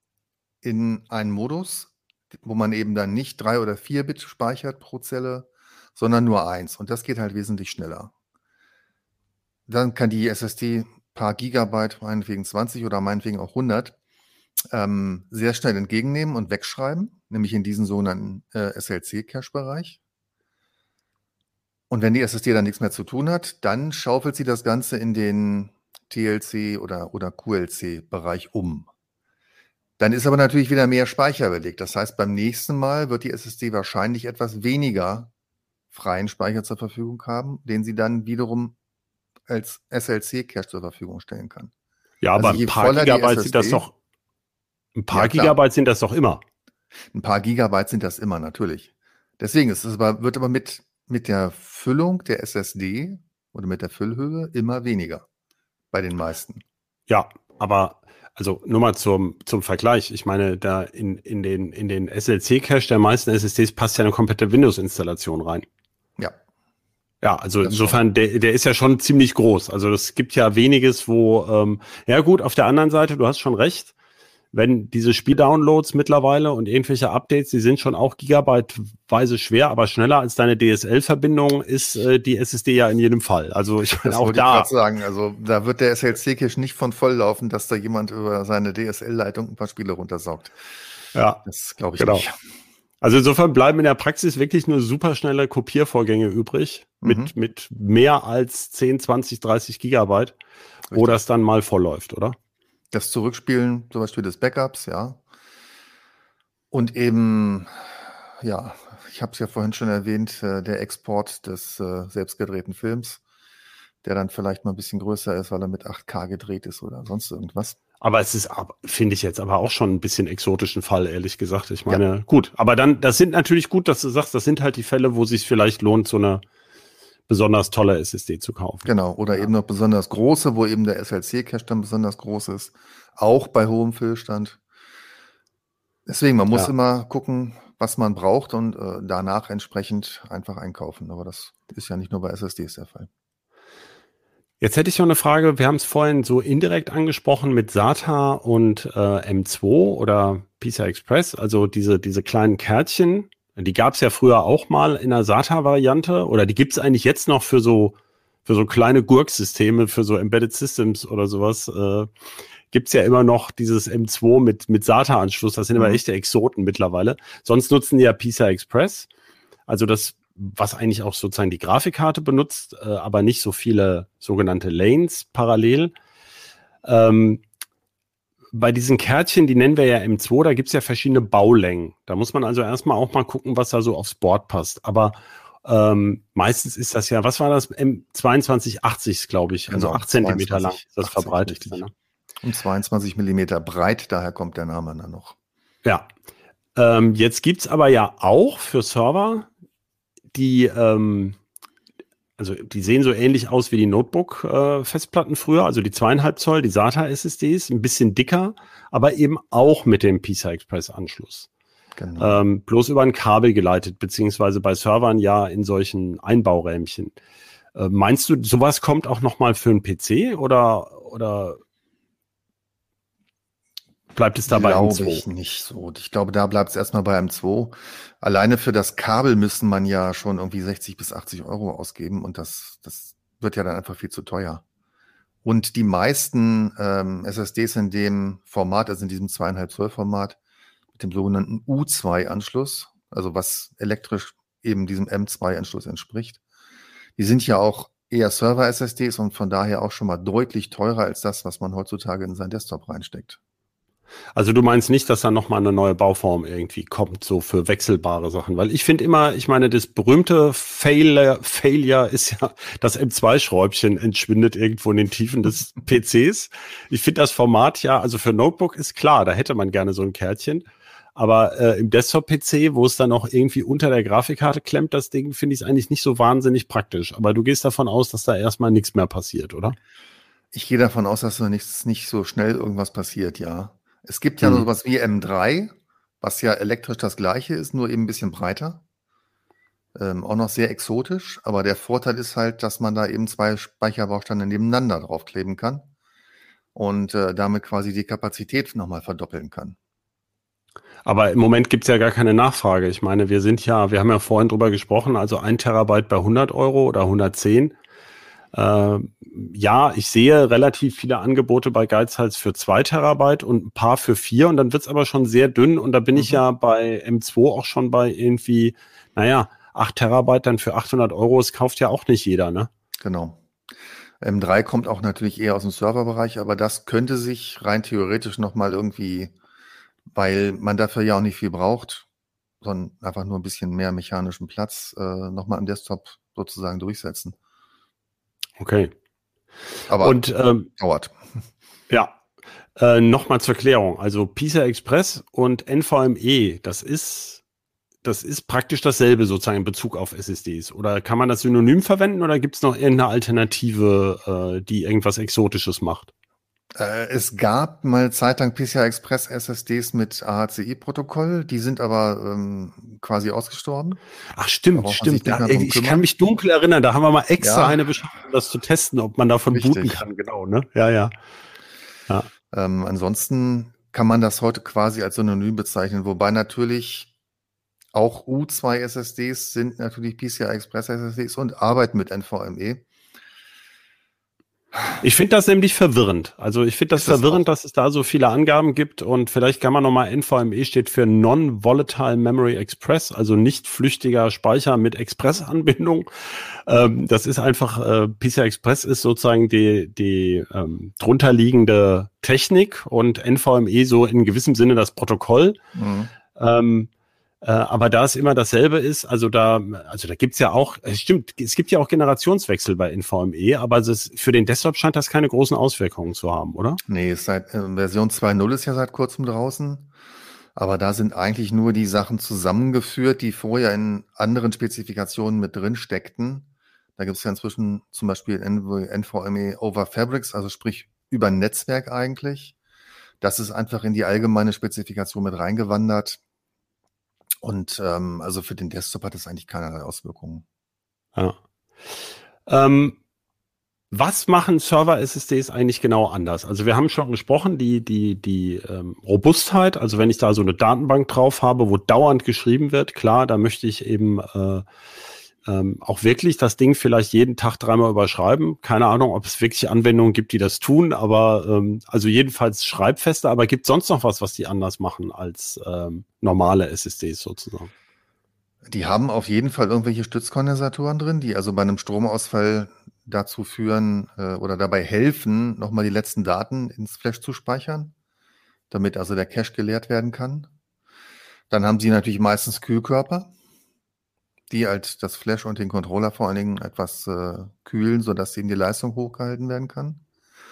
in einen Modus, wo man eben dann nicht drei oder vier Bit speichert pro Zelle, sondern nur eins. Und das geht halt wesentlich schneller. Dann kann die S S D paar Gigabyte, meinetwegen zwanzig oder meinetwegen auch hundert, ähm, sehr schnell entgegennehmen und wegschreiben, nämlich in diesen sogenannten äh, S L C-Cache-Bereich. Und wenn die S S D dann nichts mehr zu tun hat, dann schaufelt sie das Ganze in den T L C oder, oder Q L C-Bereich um. Dann ist aber natürlich wieder mehr Speicher belegt. Das heißt, beim nächsten Mal wird die S S D wahrscheinlich etwas weniger freien Speicher zur Verfügung haben, den sie dann wiederum als S L C-Cache zur Verfügung stellen kann.
Ja, aber
Also je
ein paar
voller die
Gigabyte sind das
S S D
doch, ein paar
Ja, klar.
Gigabyte sind das doch immer.
Ein paar Gigabyte sind das immer, natürlich. Deswegen ist es aber, wird aber mit, mit der Füllung der S S D oder mit der Füllhöhe immer weniger bei den meisten.
Ja, aber also nur mal zum, zum Vergleich. Ich meine, da in, in den, in den S L C-Cache der meisten S S Ds passt ja eine komplette Windows-Installation rein.
Ja,
Ja, also
Das
insofern, der, der ist ja schon ziemlich groß. Also es gibt ja weniges, wo, ähm, ja gut, auf der anderen Seite, du hast schon recht, wenn diese Spieldownloads mittlerweile und irgendwelche Updates, die sind schon auch gigabyteweise schwer, aber schneller als deine D S L-Verbindung ist äh, die S S D ja in jedem Fall. Also ich meine
das
auch
wollte ich
da.
gerade sagen. Also da wird der S L C-Cache nicht von voll laufen, dass da jemand über seine D S L-Leitung ein paar Spiele runtersaugt.
Ja,
Das glaube ich
genau.
nicht.
Also insofern bleiben in der Praxis wirklich nur superschnelle Kopiervorgänge übrig mit,
Mhm.
mit mehr als zehn, zwanzig, dreißig Gigabyte, wo das dann mal voll läuft, oder?
Das Zurückspielen, zum Beispiel des Backups, ja. Und eben, ja, ich habe es ja vorhin schon erwähnt, äh, der Export des äh, selbstgedrehten Films, der dann vielleicht mal ein bisschen größer ist, weil er mit acht K gedreht ist oder sonst irgendwas.
Aber es ist, ab- finde ich jetzt aber auch schon ein bisschen exotischen Fall, ehrlich gesagt. Ich meine, gut, aber dann, das sind natürlich gut, dass du sagst, das sind halt die Fälle, wo es sich vielleicht lohnt, so eine besonders tolle S S D zu kaufen.
Genau, oder eben noch besonders große, wo eben der S L C-Cache dann besonders groß ist, auch bei hohem Füllstand. Deswegen, man muss
Ja.
immer gucken, was man braucht und äh, danach entsprechend einfach einkaufen. Aber das ist ja nicht nur bei S S Ds der Fall.
Jetzt hätte ich noch eine Frage. Wir haben es vorhin so indirekt angesprochen mit SATA und äh, M zwei oder P C I Express, also diese, diese kleinen Kärtchen. Die gab es ja früher auch mal in der SATA-Variante oder die gibt es eigentlich jetzt noch für so, für so kleine Gurk-Systeme, für so Embedded Systems oder sowas. Äh, gibt es ja immer noch dieses M zwei mit, mit SATA-Anschluss. Das sind aber
Mhm.
echte Exoten mittlerweile. Sonst nutzen die ja P C I Express. Also das, was eigentlich auch sozusagen die Grafikkarte benutzt, äh, aber nicht so viele sogenannte Lanes parallel. Ähm, bei diesen Kärtchen, die nennen wir ja M zwei, da gibt's ja verschiedene Baulängen. Da muss man also erstmal auch mal gucken, was da so aufs Board passt. Aber ähm, meistens ist das ja, was war das? M zweiundzwanzig achtzig, glaube ich, also
Genau,
acht Zentimeter lang.
zweiundzwanzig
Ist das
achtzig,
verbreitet?
richtig.
Ne?
Und zweiundzwanzig Millimeter breit, daher kommt der Name dann noch.
Ja. Ähm, jetzt gibt's aber ja auch für Server, die, ähm, also die sehen so ähnlich aus wie die Notebook-Festplatten früher, also die zweieinhalb Zoll, die SATA-S S Ds, ein bisschen dicker, aber eben auch mit dem P C I Express-Anschluss.
Genau.
Ähm, bloß über ein Kabel geleitet, beziehungsweise bei Servern ja in solchen Einbaurähmchen. Äh, meinst du, sowas kommt auch nochmal für einen P C oder, oder bleibt es dabei M
Glaube
zwei?
ich nicht so. Ich glaube, da bleibt es erstmal bei M zwei. Alleine für das Kabel müsste man ja schon irgendwie sechzig bis achtzig Euro ausgeben und das, das wird ja dann einfach viel zu teuer. Und die meisten ähm, S S Ds in dem Format, also in diesem zweieinhalb Zoll Format, mit dem sogenannten U zwei Anschluss, also was elektrisch eben diesem M zwei Anschluss entspricht, die sind ja auch eher Server-S S Ds und von daher auch schon mal deutlich teurer als das, was man heutzutage in seinen Desktop reinsteckt.
Also du meinst nicht, dass da nochmal eine neue Bauform irgendwie kommt, so für wechselbare Sachen? Weil ich finde immer, ich meine, das berühmte Failure, Failure ist ja, das M zwei Schräubchen entschwindet irgendwo in den Tiefen des P Cs. Ich finde das Format ja, also für Notebook ist klar, da hätte man gerne so ein Kärtchen. Aber äh, im Desktop-P C, wo es dann noch irgendwie unter der Grafikkarte klemmt, das Ding, finde ich es eigentlich nicht so wahnsinnig praktisch. Aber du gehst davon aus, dass da erstmal nichts mehr passiert, oder?
Ich gehe davon aus, dass so nichts, nicht so schnell irgendwas passiert, ja. Es gibt ja
Hm.
noch sowas wie M drei, was ja elektrisch das gleiche ist, nur eben ein bisschen breiter. Ähm, auch noch sehr exotisch, aber der Vorteil ist halt, dass man da eben zwei Speicherbausteine nebeneinander draufkleben kann und äh, damit quasi die Kapazität nochmal verdoppeln kann.
Aber im Moment gibt's ja gar keine Nachfrage. Ich meine, wir sind ja, wir haben ja vorhin drüber gesprochen, also ein Terabyte bei hundert Euro oder hundertzehn. Äh, ja, ich sehe relativ viele Angebote bei Geizhals für zwei Terabyte und ein paar für vier und dann wird's aber schon sehr dünn und da bin ich
Mhm.
ja bei M zwei auch schon bei irgendwie, naja, acht Terabyte dann für achthundert Euro. Das kauft ja auch nicht jeder, ne?
Genau. M drei kommt auch natürlich eher aus dem Serverbereich, aber das könnte sich rein theoretisch nochmal irgendwie, weil man dafür ja auch nicht viel braucht, sondern einfach nur ein bisschen mehr mechanischen Platz, äh, nochmal im Desktop sozusagen durchsetzen.
Okay.
Aber
Und ähm,
dauert.
ja, äh, nochmal zur Klärung. Also P C I Express und N V M E, das ist, das ist praktisch dasselbe sozusagen in Bezug auf S S Ds. Oder kann man das synonym verwenden oder gibt es noch irgendeine Alternative, äh, die irgendwas Exotisches macht?
Äh, es gab mal zeitlang P C I Express S S Ds mit A H C I-Protokoll, die sind aber ähm, quasi ausgestorben.
Ach
Da
stimmt,
braucht man sich
stimmt.
nicht
Da,
mehr drum
ich kann
kümmern.
mich dunkel erinnern, da haben wir mal extra
Ja.
eine beschafft, um das zu testen, ob man davon booten
Richtig.
kann. Genau, ne? Ja, ja. Ja.
Ähm, ansonsten kann man das heute quasi als Synonym bezeichnen, wobei natürlich auch U zwei S S Ds sind natürlich P C I Express S S Ds und arbeiten mit N V M E.
Ich finde das nämlich verwirrend. Also ich finde das
Ist es
verwirrend,
auch.
dass es da so viele Angaben gibt und vielleicht kann man nochmal, N V M E steht für Non-Volatile Memory Express, also nicht flüchtiger Speicher mit Express-Anbindung. Ähm, das ist einfach, äh, P C I Express ist sozusagen die, die ähm, drunterliegende Technik und N V M E so in gewissem Sinne das Protokoll.
Mhm.
Ähm, Äh, aber da es immer dasselbe ist, also da, also da gibt's ja auch, es stimmt, es gibt ja auch Generationswechsel bei N V M E, aber es ist, für den Desktop scheint das keine großen Auswirkungen zu haben, oder?
Nee, ist seit, äh, Version zwei Punkt null ist ja seit kurzem draußen. Aber da sind eigentlich nur die Sachen zusammengeführt, die vorher in anderen Spezifikationen mit drin steckten. Da gibt es ja inzwischen zum Beispiel N V M E over Fabrics, also sprich über Netzwerk eigentlich. Das ist einfach in die allgemeine Spezifikation mit reingewandert. Und ähm, also für den Desktop hat das eigentlich keinerlei Auswirkungen.
Ja. Ähm, was machen Server-S S Ds eigentlich genau anders? Also wir haben schon gesprochen, die, die, die ähm, Robustheit, also wenn ich da so eine Datenbank drauf habe, wo dauernd geschrieben wird, klar, da möchte ich eben äh, ähm, auch wirklich das Ding vielleicht jeden Tag dreimal überschreiben. Keine Ahnung, ob es wirklich Anwendungen gibt, die das tun, aber ähm, also jedenfalls schreibfeste, aber gibt sonst noch was, was die anders machen als ähm, normale S S Ds sozusagen?
Die haben auf jeden Fall irgendwelche Stützkondensatoren drin, die also bei einem Stromausfall dazu führen äh, oder dabei helfen, nochmal die letzten Daten ins Flash zu speichern, damit also der Cache geleert werden kann. Dann haben sie natürlich meistens Kühlkörper, die halt das Flash und den Controller vor allen Dingen etwas äh, kühlen, sodass eben die Leistung hochgehalten werden kann.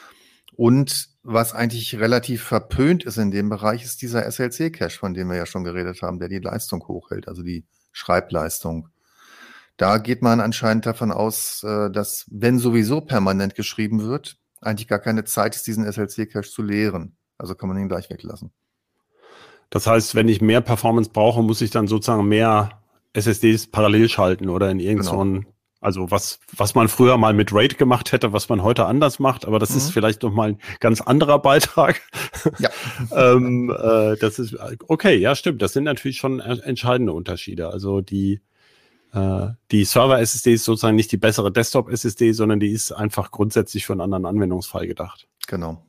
Und was eigentlich relativ verpönt ist in dem Bereich, ist dieser S L C-Cache, von dem wir ja schon geredet haben, der die Leistung hochhält, also die Schreibleistung. Da geht man anscheinend davon aus, äh, dass, wenn sowieso permanent geschrieben wird, eigentlich gar keine Zeit ist, diesen S L C-Cache zu leeren. Also kann man ihn gleich weglassen.
Das heißt, wenn ich mehr Performance brauche, muss ich dann sozusagen mehr S S Ds parallel schalten oder in irgend so ein, also was, was man früher mal mit RAID gemacht hätte, was man heute anders macht, aber das
Mhm.
ist vielleicht noch mal ein ganz anderer Beitrag.
Ja.
ähm, äh, das ist, okay, ja, stimmt, das sind natürlich schon entscheidende Unterschiede. Also die, äh, die Server-S S D ist sozusagen nicht die bessere Desktop-S S D, sondern die ist einfach grundsätzlich für einen anderen Anwendungsfall gedacht.
Genau.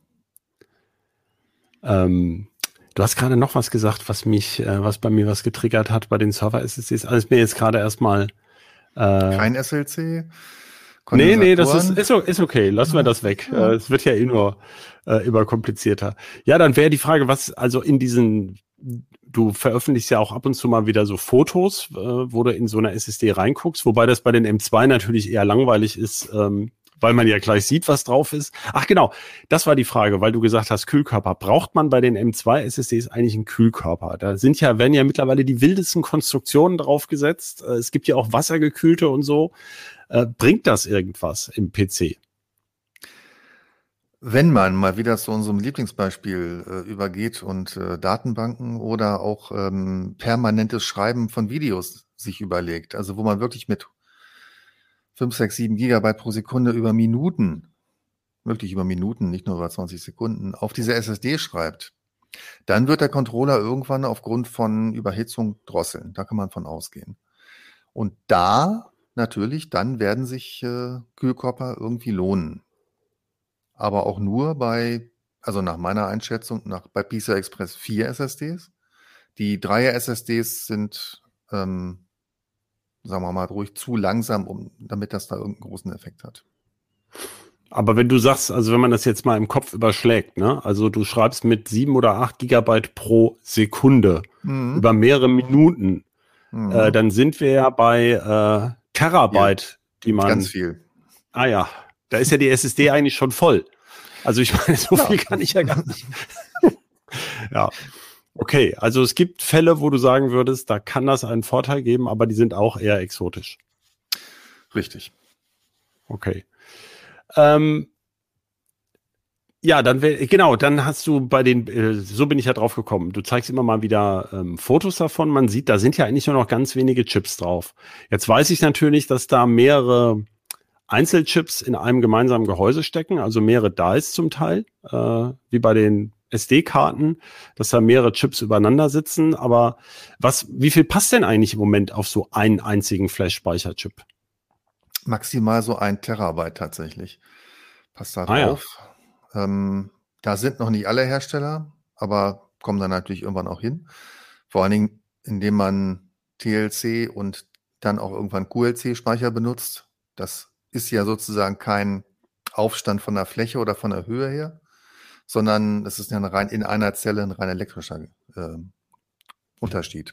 Ähm, Du hast gerade noch was gesagt, was mich, äh, was bei mir was getriggert hat bei den Server-S S Ds. Also mir jetzt gerade erstmal. Äh,
Kein S L C?
nee, nee, das ist,
Kondensatoren?
ist, ist okay. Lassen wir das weg.
Ja.
Äh, es wird ja eh nur äh, immer komplizierter. Ja, dann wäre die Frage, was, also in diesen, du veröffentlichst ja auch ab und zu mal wieder so Fotos, äh, wo du in so eine S S D reinguckst, wobei das bei den M zwei natürlich eher langweilig ist, ähm, weil man ja gleich sieht, was drauf ist. Ach genau, das war die Frage, weil du gesagt hast, Kühlkörper. Braucht man bei den M zwei S S Ds eigentlich einen Kühlkörper? Da sind ja, werden ja mittlerweile die wildesten Konstruktionen draufgesetzt. Äh, Es gibt ja auch wassergekühlte und so. Äh, bringt das irgendwas im P C?
Wenn man mal wieder zu unserem Lieblingsbeispiel äh, übergeht und äh, Datenbanken oder auch ähm, permanentes Schreiben von Videos sich überlegt, also wo man wirklich mit fünf, sechs, sieben Gigabyte pro Sekunde über Minuten, wirklich über Minuten, nicht nur über zwanzig Sekunden, auf diese S S D schreibt, dann wird der Controller irgendwann aufgrund von Überhitzung drosseln. Da kann man von ausgehen. Und da natürlich, dann werden sich äh, Kühlkörper irgendwie lohnen. Aber auch nur bei, also nach meiner Einschätzung, nach, bei P C I Express vier S S Ds. Die Dreier S S Ds sind, ähm, sagen wir mal, ruhig zu langsam, um, damit das da irgendeinen großen Effekt hat.
Aber wenn du sagst, also wenn man das jetzt mal im Kopf überschlägt, ne, also du schreibst mit sieben oder acht Gigabyte pro Sekunde
Mhm.
über mehrere Minuten,
Mhm.
äh, dann sind wir ja bei äh, Terabyte, die man.
Ganz viel.
Ah ja, Da ist ja die S S D eigentlich schon voll. Also ich meine, so viel kann ich ja gar nicht. Ja, okay. Also es gibt Fälle, wo du sagen würdest, da kann das einen Vorteil geben, aber die sind auch eher exotisch.
Richtig.
Okay. Ähm, ja, dann wär, genau, dann hast du bei den, äh, so bin ich ja drauf gekommen. Du zeigst immer mal wieder ähm, Fotos davon. Man sieht, da sind ja eigentlich nur noch ganz wenige Chips drauf. Jetzt weiß ich natürlich, dass da mehrere Einzelchips in einem gemeinsamen Gehäuse stecken, also mehrere Dies zum Teil, äh, wie bei den S D-Karten, dass da mehrere Chips übereinander sitzen. Aber was, wie viel passt denn eigentlich im Moment auf so einen einzigen Flash-Speicherchip?
Maximal so ein Terabyte tatsächlich. Passt da
Ah,
drauf. Ja. Ähm, da sind noch nicht alle Hersteller, aber kommen dann natürlich irgendwann auch hin. Vor allen Dingen, indem man T L C und dann auch irgendwann Q L C-Speicher benutzt. Das ist ja sozusagen kein Aufstand von der Fläche oder von der Höhe her, sondern es ist ja rein in einer Zelle ein rein elektrischer äh, Unterschied.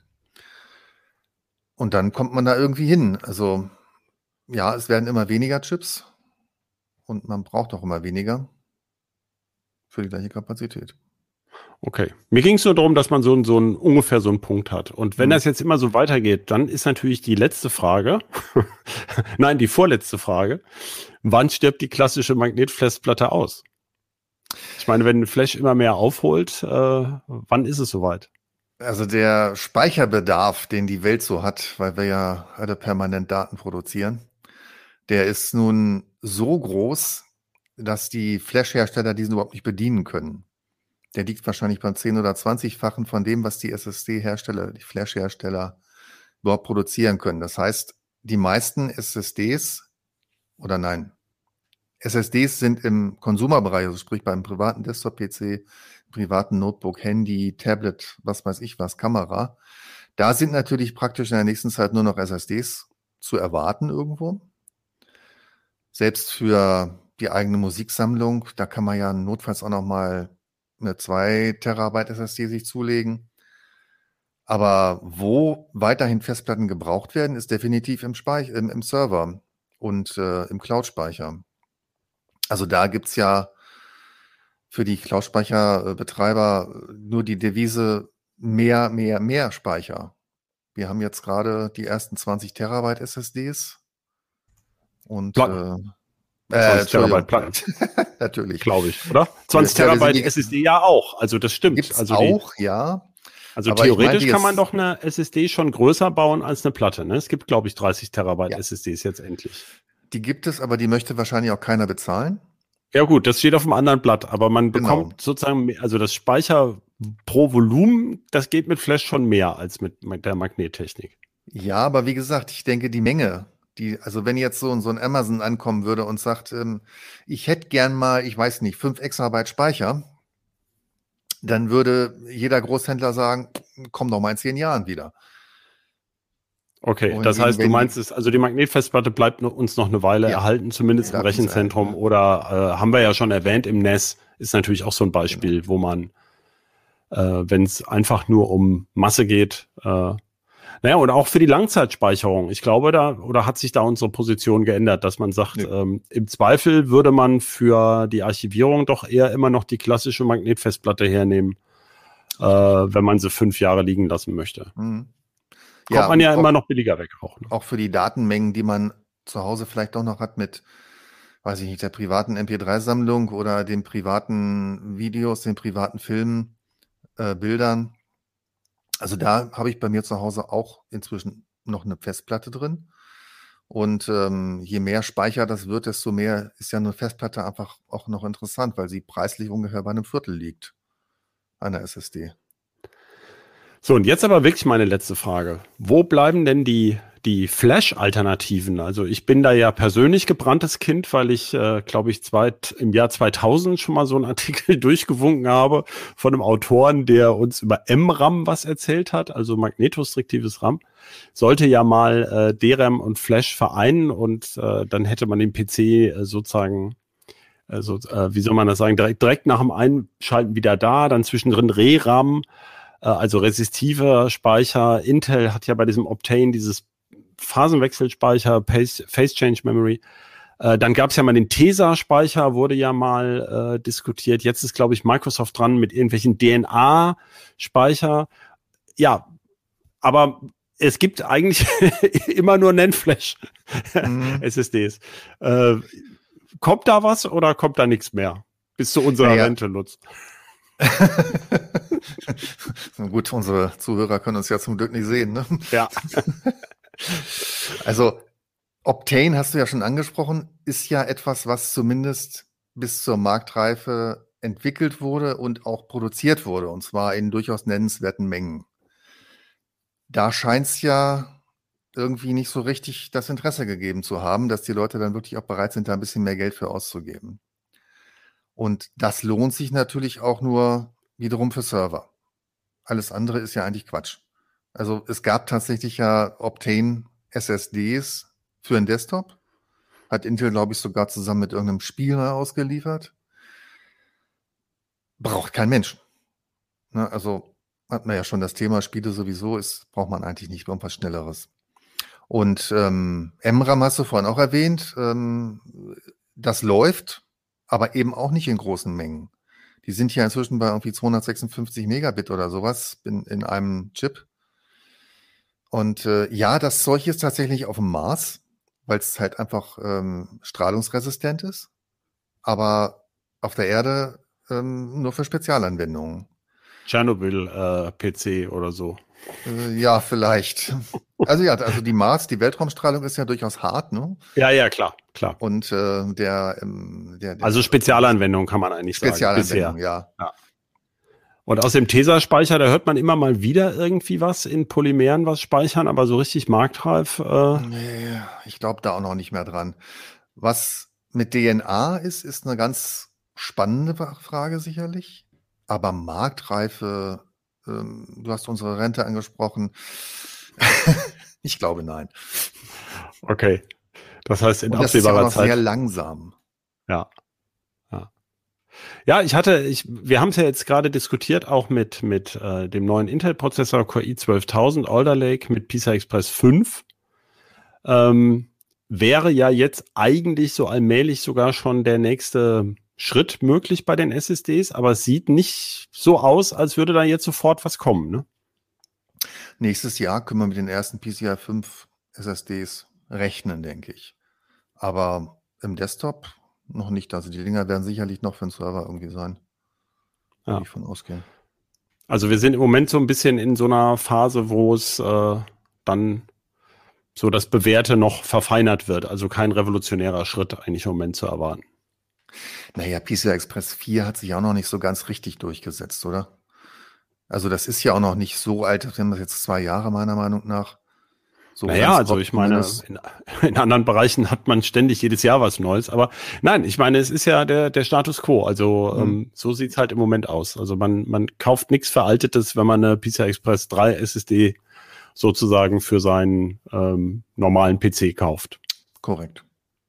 Und dann kommt man da irgendwie hin. Also ja, es werden immer weniger Chips und man braucht auch immer weniger für die gleiche Kapazität.
Okay. Mir ging es nur darum, dass man so, so ein, ungefähr so einen Punkt hat. Und wenn
Hm.
das jetzt immer so weitergeht, dann ist natürlich die letzte Frage, nein, die vorletzte Frage, wann stirbt die klassische Magnetfestplatte aus? Ich meine, wenn ein Flash immer mehr aufholt, äh, wann ist es soweit?
Also der Speicherbedarf, den die Welt so hat, weil wir ja alle permanent Daten produzieren, der ist nun so groß, dass die Flash-Hersteller diesen überhaupt nicht bedienen können. Der liegt wahrscheinlich beim zehn- oder zwanzigfachen von dem, was die S S D-Hersteller, die Flash-Hersteller überhaupt produzieren können. Das heißt, die meisten S S Ds, oder nein, S S Ds sind im Konsumerbereich, also sprich beim privaten Desktop-P C, privaten Notebook, Handy, Tablet, was weiß ich was, Kamera. Da sind natürlich praktisch in der nächsten Zeit nur noch S S Ds zu erwarten irgendwo. Selbst für die eigene Musiksammlung, da kann man ja notfalls auch noch mal eine zwei Terabyte S S D sich zulegen. Aber wo weiterhin Festplatten gebraucht werden, ist definitiv im, Speich im, im Server und äh, im Cloud-Speicher. Also da gibt's ja für die Cloud-Speicherbetreiber nur die Devise mehr, mehr, mehr Speicher. Wir haben jetzt gerade die ersten zwanzig Terabyte S S Ds und
Platten.
äh, äh,
zwanzig Terabyte Platten.
Natürlich.
Glaube ich, oder? zwanzig
Ja, wir
Terabyte
sind die-
S S D ja auch, also das stimmt.
Gibt's
also
auch, ja.
Die, also
Aber ich
theoretisch
meinte
kann man
jetzt-
doch eine S S D schon größer bauen als eine Platte. Ne? Es gibt, glaube ich, dreißig Terabyte
Ja.
S S Ds jetzt endlich.
Die gibt es, aber die möchte wahrscheinlich auch keiner bezahlen.
Ja gut, das steht auf dem anderen Blatt, aber man
Genau.
bekommt sozusagen, mehr- also das Speicher pro Volumen, das geht mit Flash schon mehr als mit der Magnettechnik.
Ja, aber wie gesagt, ich denke, die Menge, die, also wenn jetzt so, so ein Amazon ankommen würde und sagt, ähm, ich hätte gern mal, ich weiß nicht, fünf Exabyte Speicher, dann würde jeder Großhändler sagen, komm doch mal in zehn Jahren wieder.
Okay,
Wohingegen,
das heißt, du
wenn-
meinst es, also die Magnetfestplatte bleibt nur, uns noch eine Weile
Ja.
erhalten, zumindest im
Bleibt uns
Rechenzentrum
erhalten,
oder äh, haben wir ja schon erwähnt, im N E S ist natürlich auch so ein Beispiel,
Genau.
wo man, äh, wenn es einfach nur um Masse geht, äh, naja, und auch für die Langzeitspeicherung. Ich glaube, da, oder hat sich da unsere Position geändert, dass man sagt,
Nö.
ähm, im Zweifel würde man für die Archivierung doch eher immer noch die klassische Magnetfestplatte hernehmen, äh, wenn man sie fünf Jahre liegen lassen möchte.
Mhm.
Kommt man ja
auch,
immer noch billiger weg auch. Ne?
auch für die Datenmengen, die man zu Hause vielleicht doch noch hat mit, weiß ich nicht, der privaten M P drei Sammlung oder den privaten Videos, den privaten Filmen, äh, Bildern. Also da habe ich bei mir zu Hause auch inzwischen noch eine Festplatte drin. Und ähm, je mehr Speicher das wird, desto mehr ist ja eine Festplatte einfach auch noch interessant, weil sie preislich ungefähr bei einem Viertel liegt einer S S D.
So, und jetzt aber wirklich meine letzte Frage. Wo bleiben denn die, die Flash-Alternativen? Also ich bin da ja persönlich gebranntes Kind, weil ich, äh, glaube ich, zweit, im Jahr zweitausend schon mal so einen Artikel durchgewunken habe von einem Autoren, der uns über M RAM was erzählt hat, also magnetostriktives RAM. Sollte ja mal äh, D RAM und Flash vereinen und äh, dann hätte man den P C äh, sozusagen, also äh, wie soll man das sagen, direkt, direkt nach dem Einschalten wieder da, dann zwischendrin ReRAM, also resistiver Speicher. Intel hat ja bei diesem Optane dieses Phasenwechselspeicher, Phase Change Memory. Äh, dann gab es ja mal den Tesa-Speicher, wurde ja mal äh, diskutiert. Jetzt ist, glaube ich, Microsoft dran mit irgendwelchen D N A-Speicher. Ja, aber es gibt eigentlich immer nur NAND-Flash mhm. S S Ds. Äh, kommt da was oder kommt da nichts mehr? Bis zu unserer naja. Rente, Lutz.
Gut, unsere Zuhörer können uns ja zum Glück nicht sehen, ne?
Ja.
Also Optane, hast du ja schon angesprochen, ist ja etwas, was zumindest bis zur Marktreife entwickelt wurde und auch produziert wurde, und zwar in durchaus nennenswerten Mengen. Da scheint es ja irgendwie nicht so richtig das Interesse gegeben zu haben, dass die Leute dann wirklich auch bereit sind, da ein bisschen mehr Geld für auszugeben. Und das lohnt sich natürlich auch nur wiederum für Server. Alles andere ist ja eigentlich Quatsch. Also es gab tatsächlich ja Optane S S Ds für einen Desktop. Hat Intel, glaube ich, sogar zusammen mit irgendeinem Spiel mal ausgeliefert. Braucht kein Mensch. Ne, also hat man ja schon das Thema Spiele sowieso, ist, braucht man eigentlich nicht irgendwas Schnelleres. Und ähm, M RAM hast du vorhin auch erwähnt. Ähm, das läuft, aber eben auch nicht in großen Mengen. Die sind ja inzwischen bei irgendwie zweihundertsechsundfünfzig Megabit oder sowas in, in einem Chip. Und äh, ja, das Zeug ist tatsächlich auf dem Mars, weil es halt einfach ähm, strahlungsresistent ist, aber auf der Erde ähm, nur für Spezialanwendungen.
Tschernobyl-P C äh, oder so.
Äh, ja, vielleicht. Also ja, also die Mars, die Weltraumstrahlung ist ja durchaus hart, ne?
Ja, ja, klar, klar.
Und äh, der, ähm, der, der
also Spezialanwendung kann man eigentlich sagen.
Spezialanwendung, ja. ja.
Und aus dem Tesa-Speicher, da hört man immer mal wieder irgendwie was in Polymeren was speichern, aber so richtig marktreif. Äh
nee, ich glaube da auch noch nicht mehr dran. Was mit D N A ist, ist eine ganz spannende Frage sicherlich. Aber Marktreife, ähm, du hast unsere Rente angesprochen. Ich glaube, nein.
Okay. Das heißt, in
Und das ist ja auch noch
Zeit.
sehr langsam.
Ja. Ja, ja ich hatte, ich, wir haben es ja jetzt gerade diskutiert, auch mit, mit äh, dem neuen Intel-Prozessor Core i zwölftausend Alder Lake mit P C I Express fünf. Ähm, wäre ja jetzt eigentlich so allmählich sogar schon der nächste Schritt möglich bei den S S Ds, aber es sieht nicht so aus, als würde da jetzt sofort was kommen, ne?
Nächstes Jahr können wir mit den ersten P C I fünf S S Ds rechnen, denke ich. Aber im Desktop noch nicht. Also die Dinger werden sicherlich noch für den Server irgendwie sein.
Ja.
Kann ich von ausgehen.
Also wir sind im Moment so ein bisschen in so einer Phase, wo es äh, dann so das Bewährte noch verfeinert wird. Also kein revolutionärer Schritt eigentlich im Moment zu erwarten.
Naja, P C I Express vier hat sich auch noch nicht so ganz richtig durchgesetzt, oder? Also das ist ja auch noch nicht so alt, wir haben das jetzt zwei Jahre meiner Meinung nach. So
naja, also ich meine, in, in anderen Bereichen hat man ständig jedes Jahr was Neues, aber nein, ich meine, es ist ja der, der Status quo, also mhm. ähm, so sieht's halt im Moment aus. Also man, man kauft nichts Veraltetes, wenn man eine P C I Express drei S S D sozusagen für seinen ähm, normalen P C kauft.
Korrekt.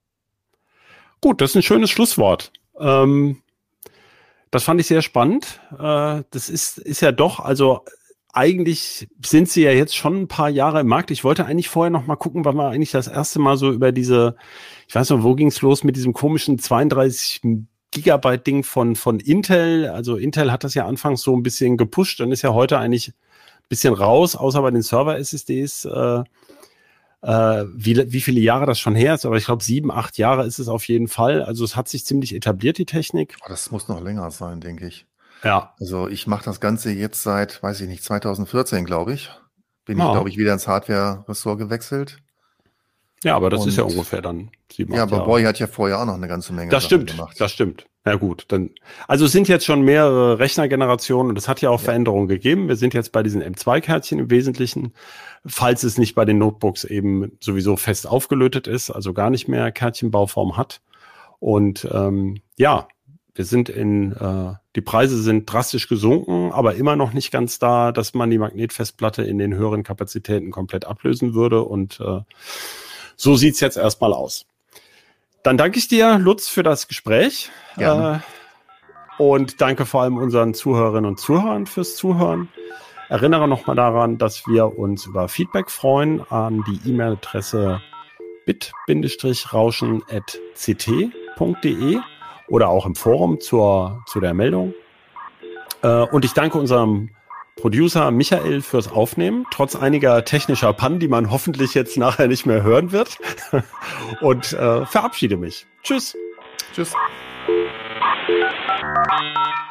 Gut, das ist ein schönes Schlusswort. Ähm, das fand ich sehr spannend. Äh, das ist, ist ja doch, also eigentlich sind sie ja jetzt schon ein paar Jahre im Markt. Ich wollte eigentlich vorher noch mal gucken, wann wir eigentlich das erste Mal so über diese, ich weiß noch, wo ging's los mit diesem komischen zweiunddreißig Gigabyte Ding von, von Intel. Also Intel hat das ja anfangs so ein bisschen gepusht, dann ist ja heute eigentlich ein bisschen raus, außer bei den Server-S S Ds. Äh, äh, wie, wie viele Jahre das schon her ist, aber ich glaube sieben, acht Jahre ist es auf jeden Fall. Also es hat sich ziemlich etabliert, die Technik.
Das muss noch länger sein, denke ich.
Ja.
Also ich mache das Ganze jetzt seit, weiß ich nicht, zweitausendvierzehn, glaube ich. Bin
ja.
ich, glaube ich, wieder ins Hardware-Ressort gewechselt.
Ja, aber das
Und
ist ja ungefähr dann sieben,
Ja,
acht
aber
Jahre.
Boy hat ja vorher auch noch eine ganze Menge
Das
Sachen
stimmt,
gemacht.
das stimmt. Ja gut, dann, also es sind jetzt schon mehrere Rechnergenerationen und es hat ja auch ja. Veränderungen gegeben. Wir sind jetzt bei diesen M zwei Kärtchen im Wesentlichen, falls es nicht bei den Notebooks eben sowieso fest aufgelötet ist, also gar nicht mehr Kärtchenbauform hat. Und ähm, ja, wir sind in, äh, die Preise sind drastisch gesunken, aber immer noch nicht ganz da, dass man die Magnetfestplatte in den höheren Kapazitäten komplett ablösen würde. Und äh, so sieht's jetzt erstmal aus. Dann danke ich dir, Lutz, für das Gespräch. Äh, und danke vor allem unseren Zuhörerinnen und Zuhörern fürs Zuhören. Erinnere nochmal daran, dass wir uns über Feedback freuen an die E-Mail-Adresse bit-rauschen at c t punkt d e oder auch im Forum zur, zu der Meldung. Äh, und ich danke unserem Producer Michael fürs Aufnehmen, trotz einiger technischer Pannen, die man hoffentlich jetzt nachher nicht mehr hören wird. Und äh, verabschiede mich. Tschüss.
Tschüss.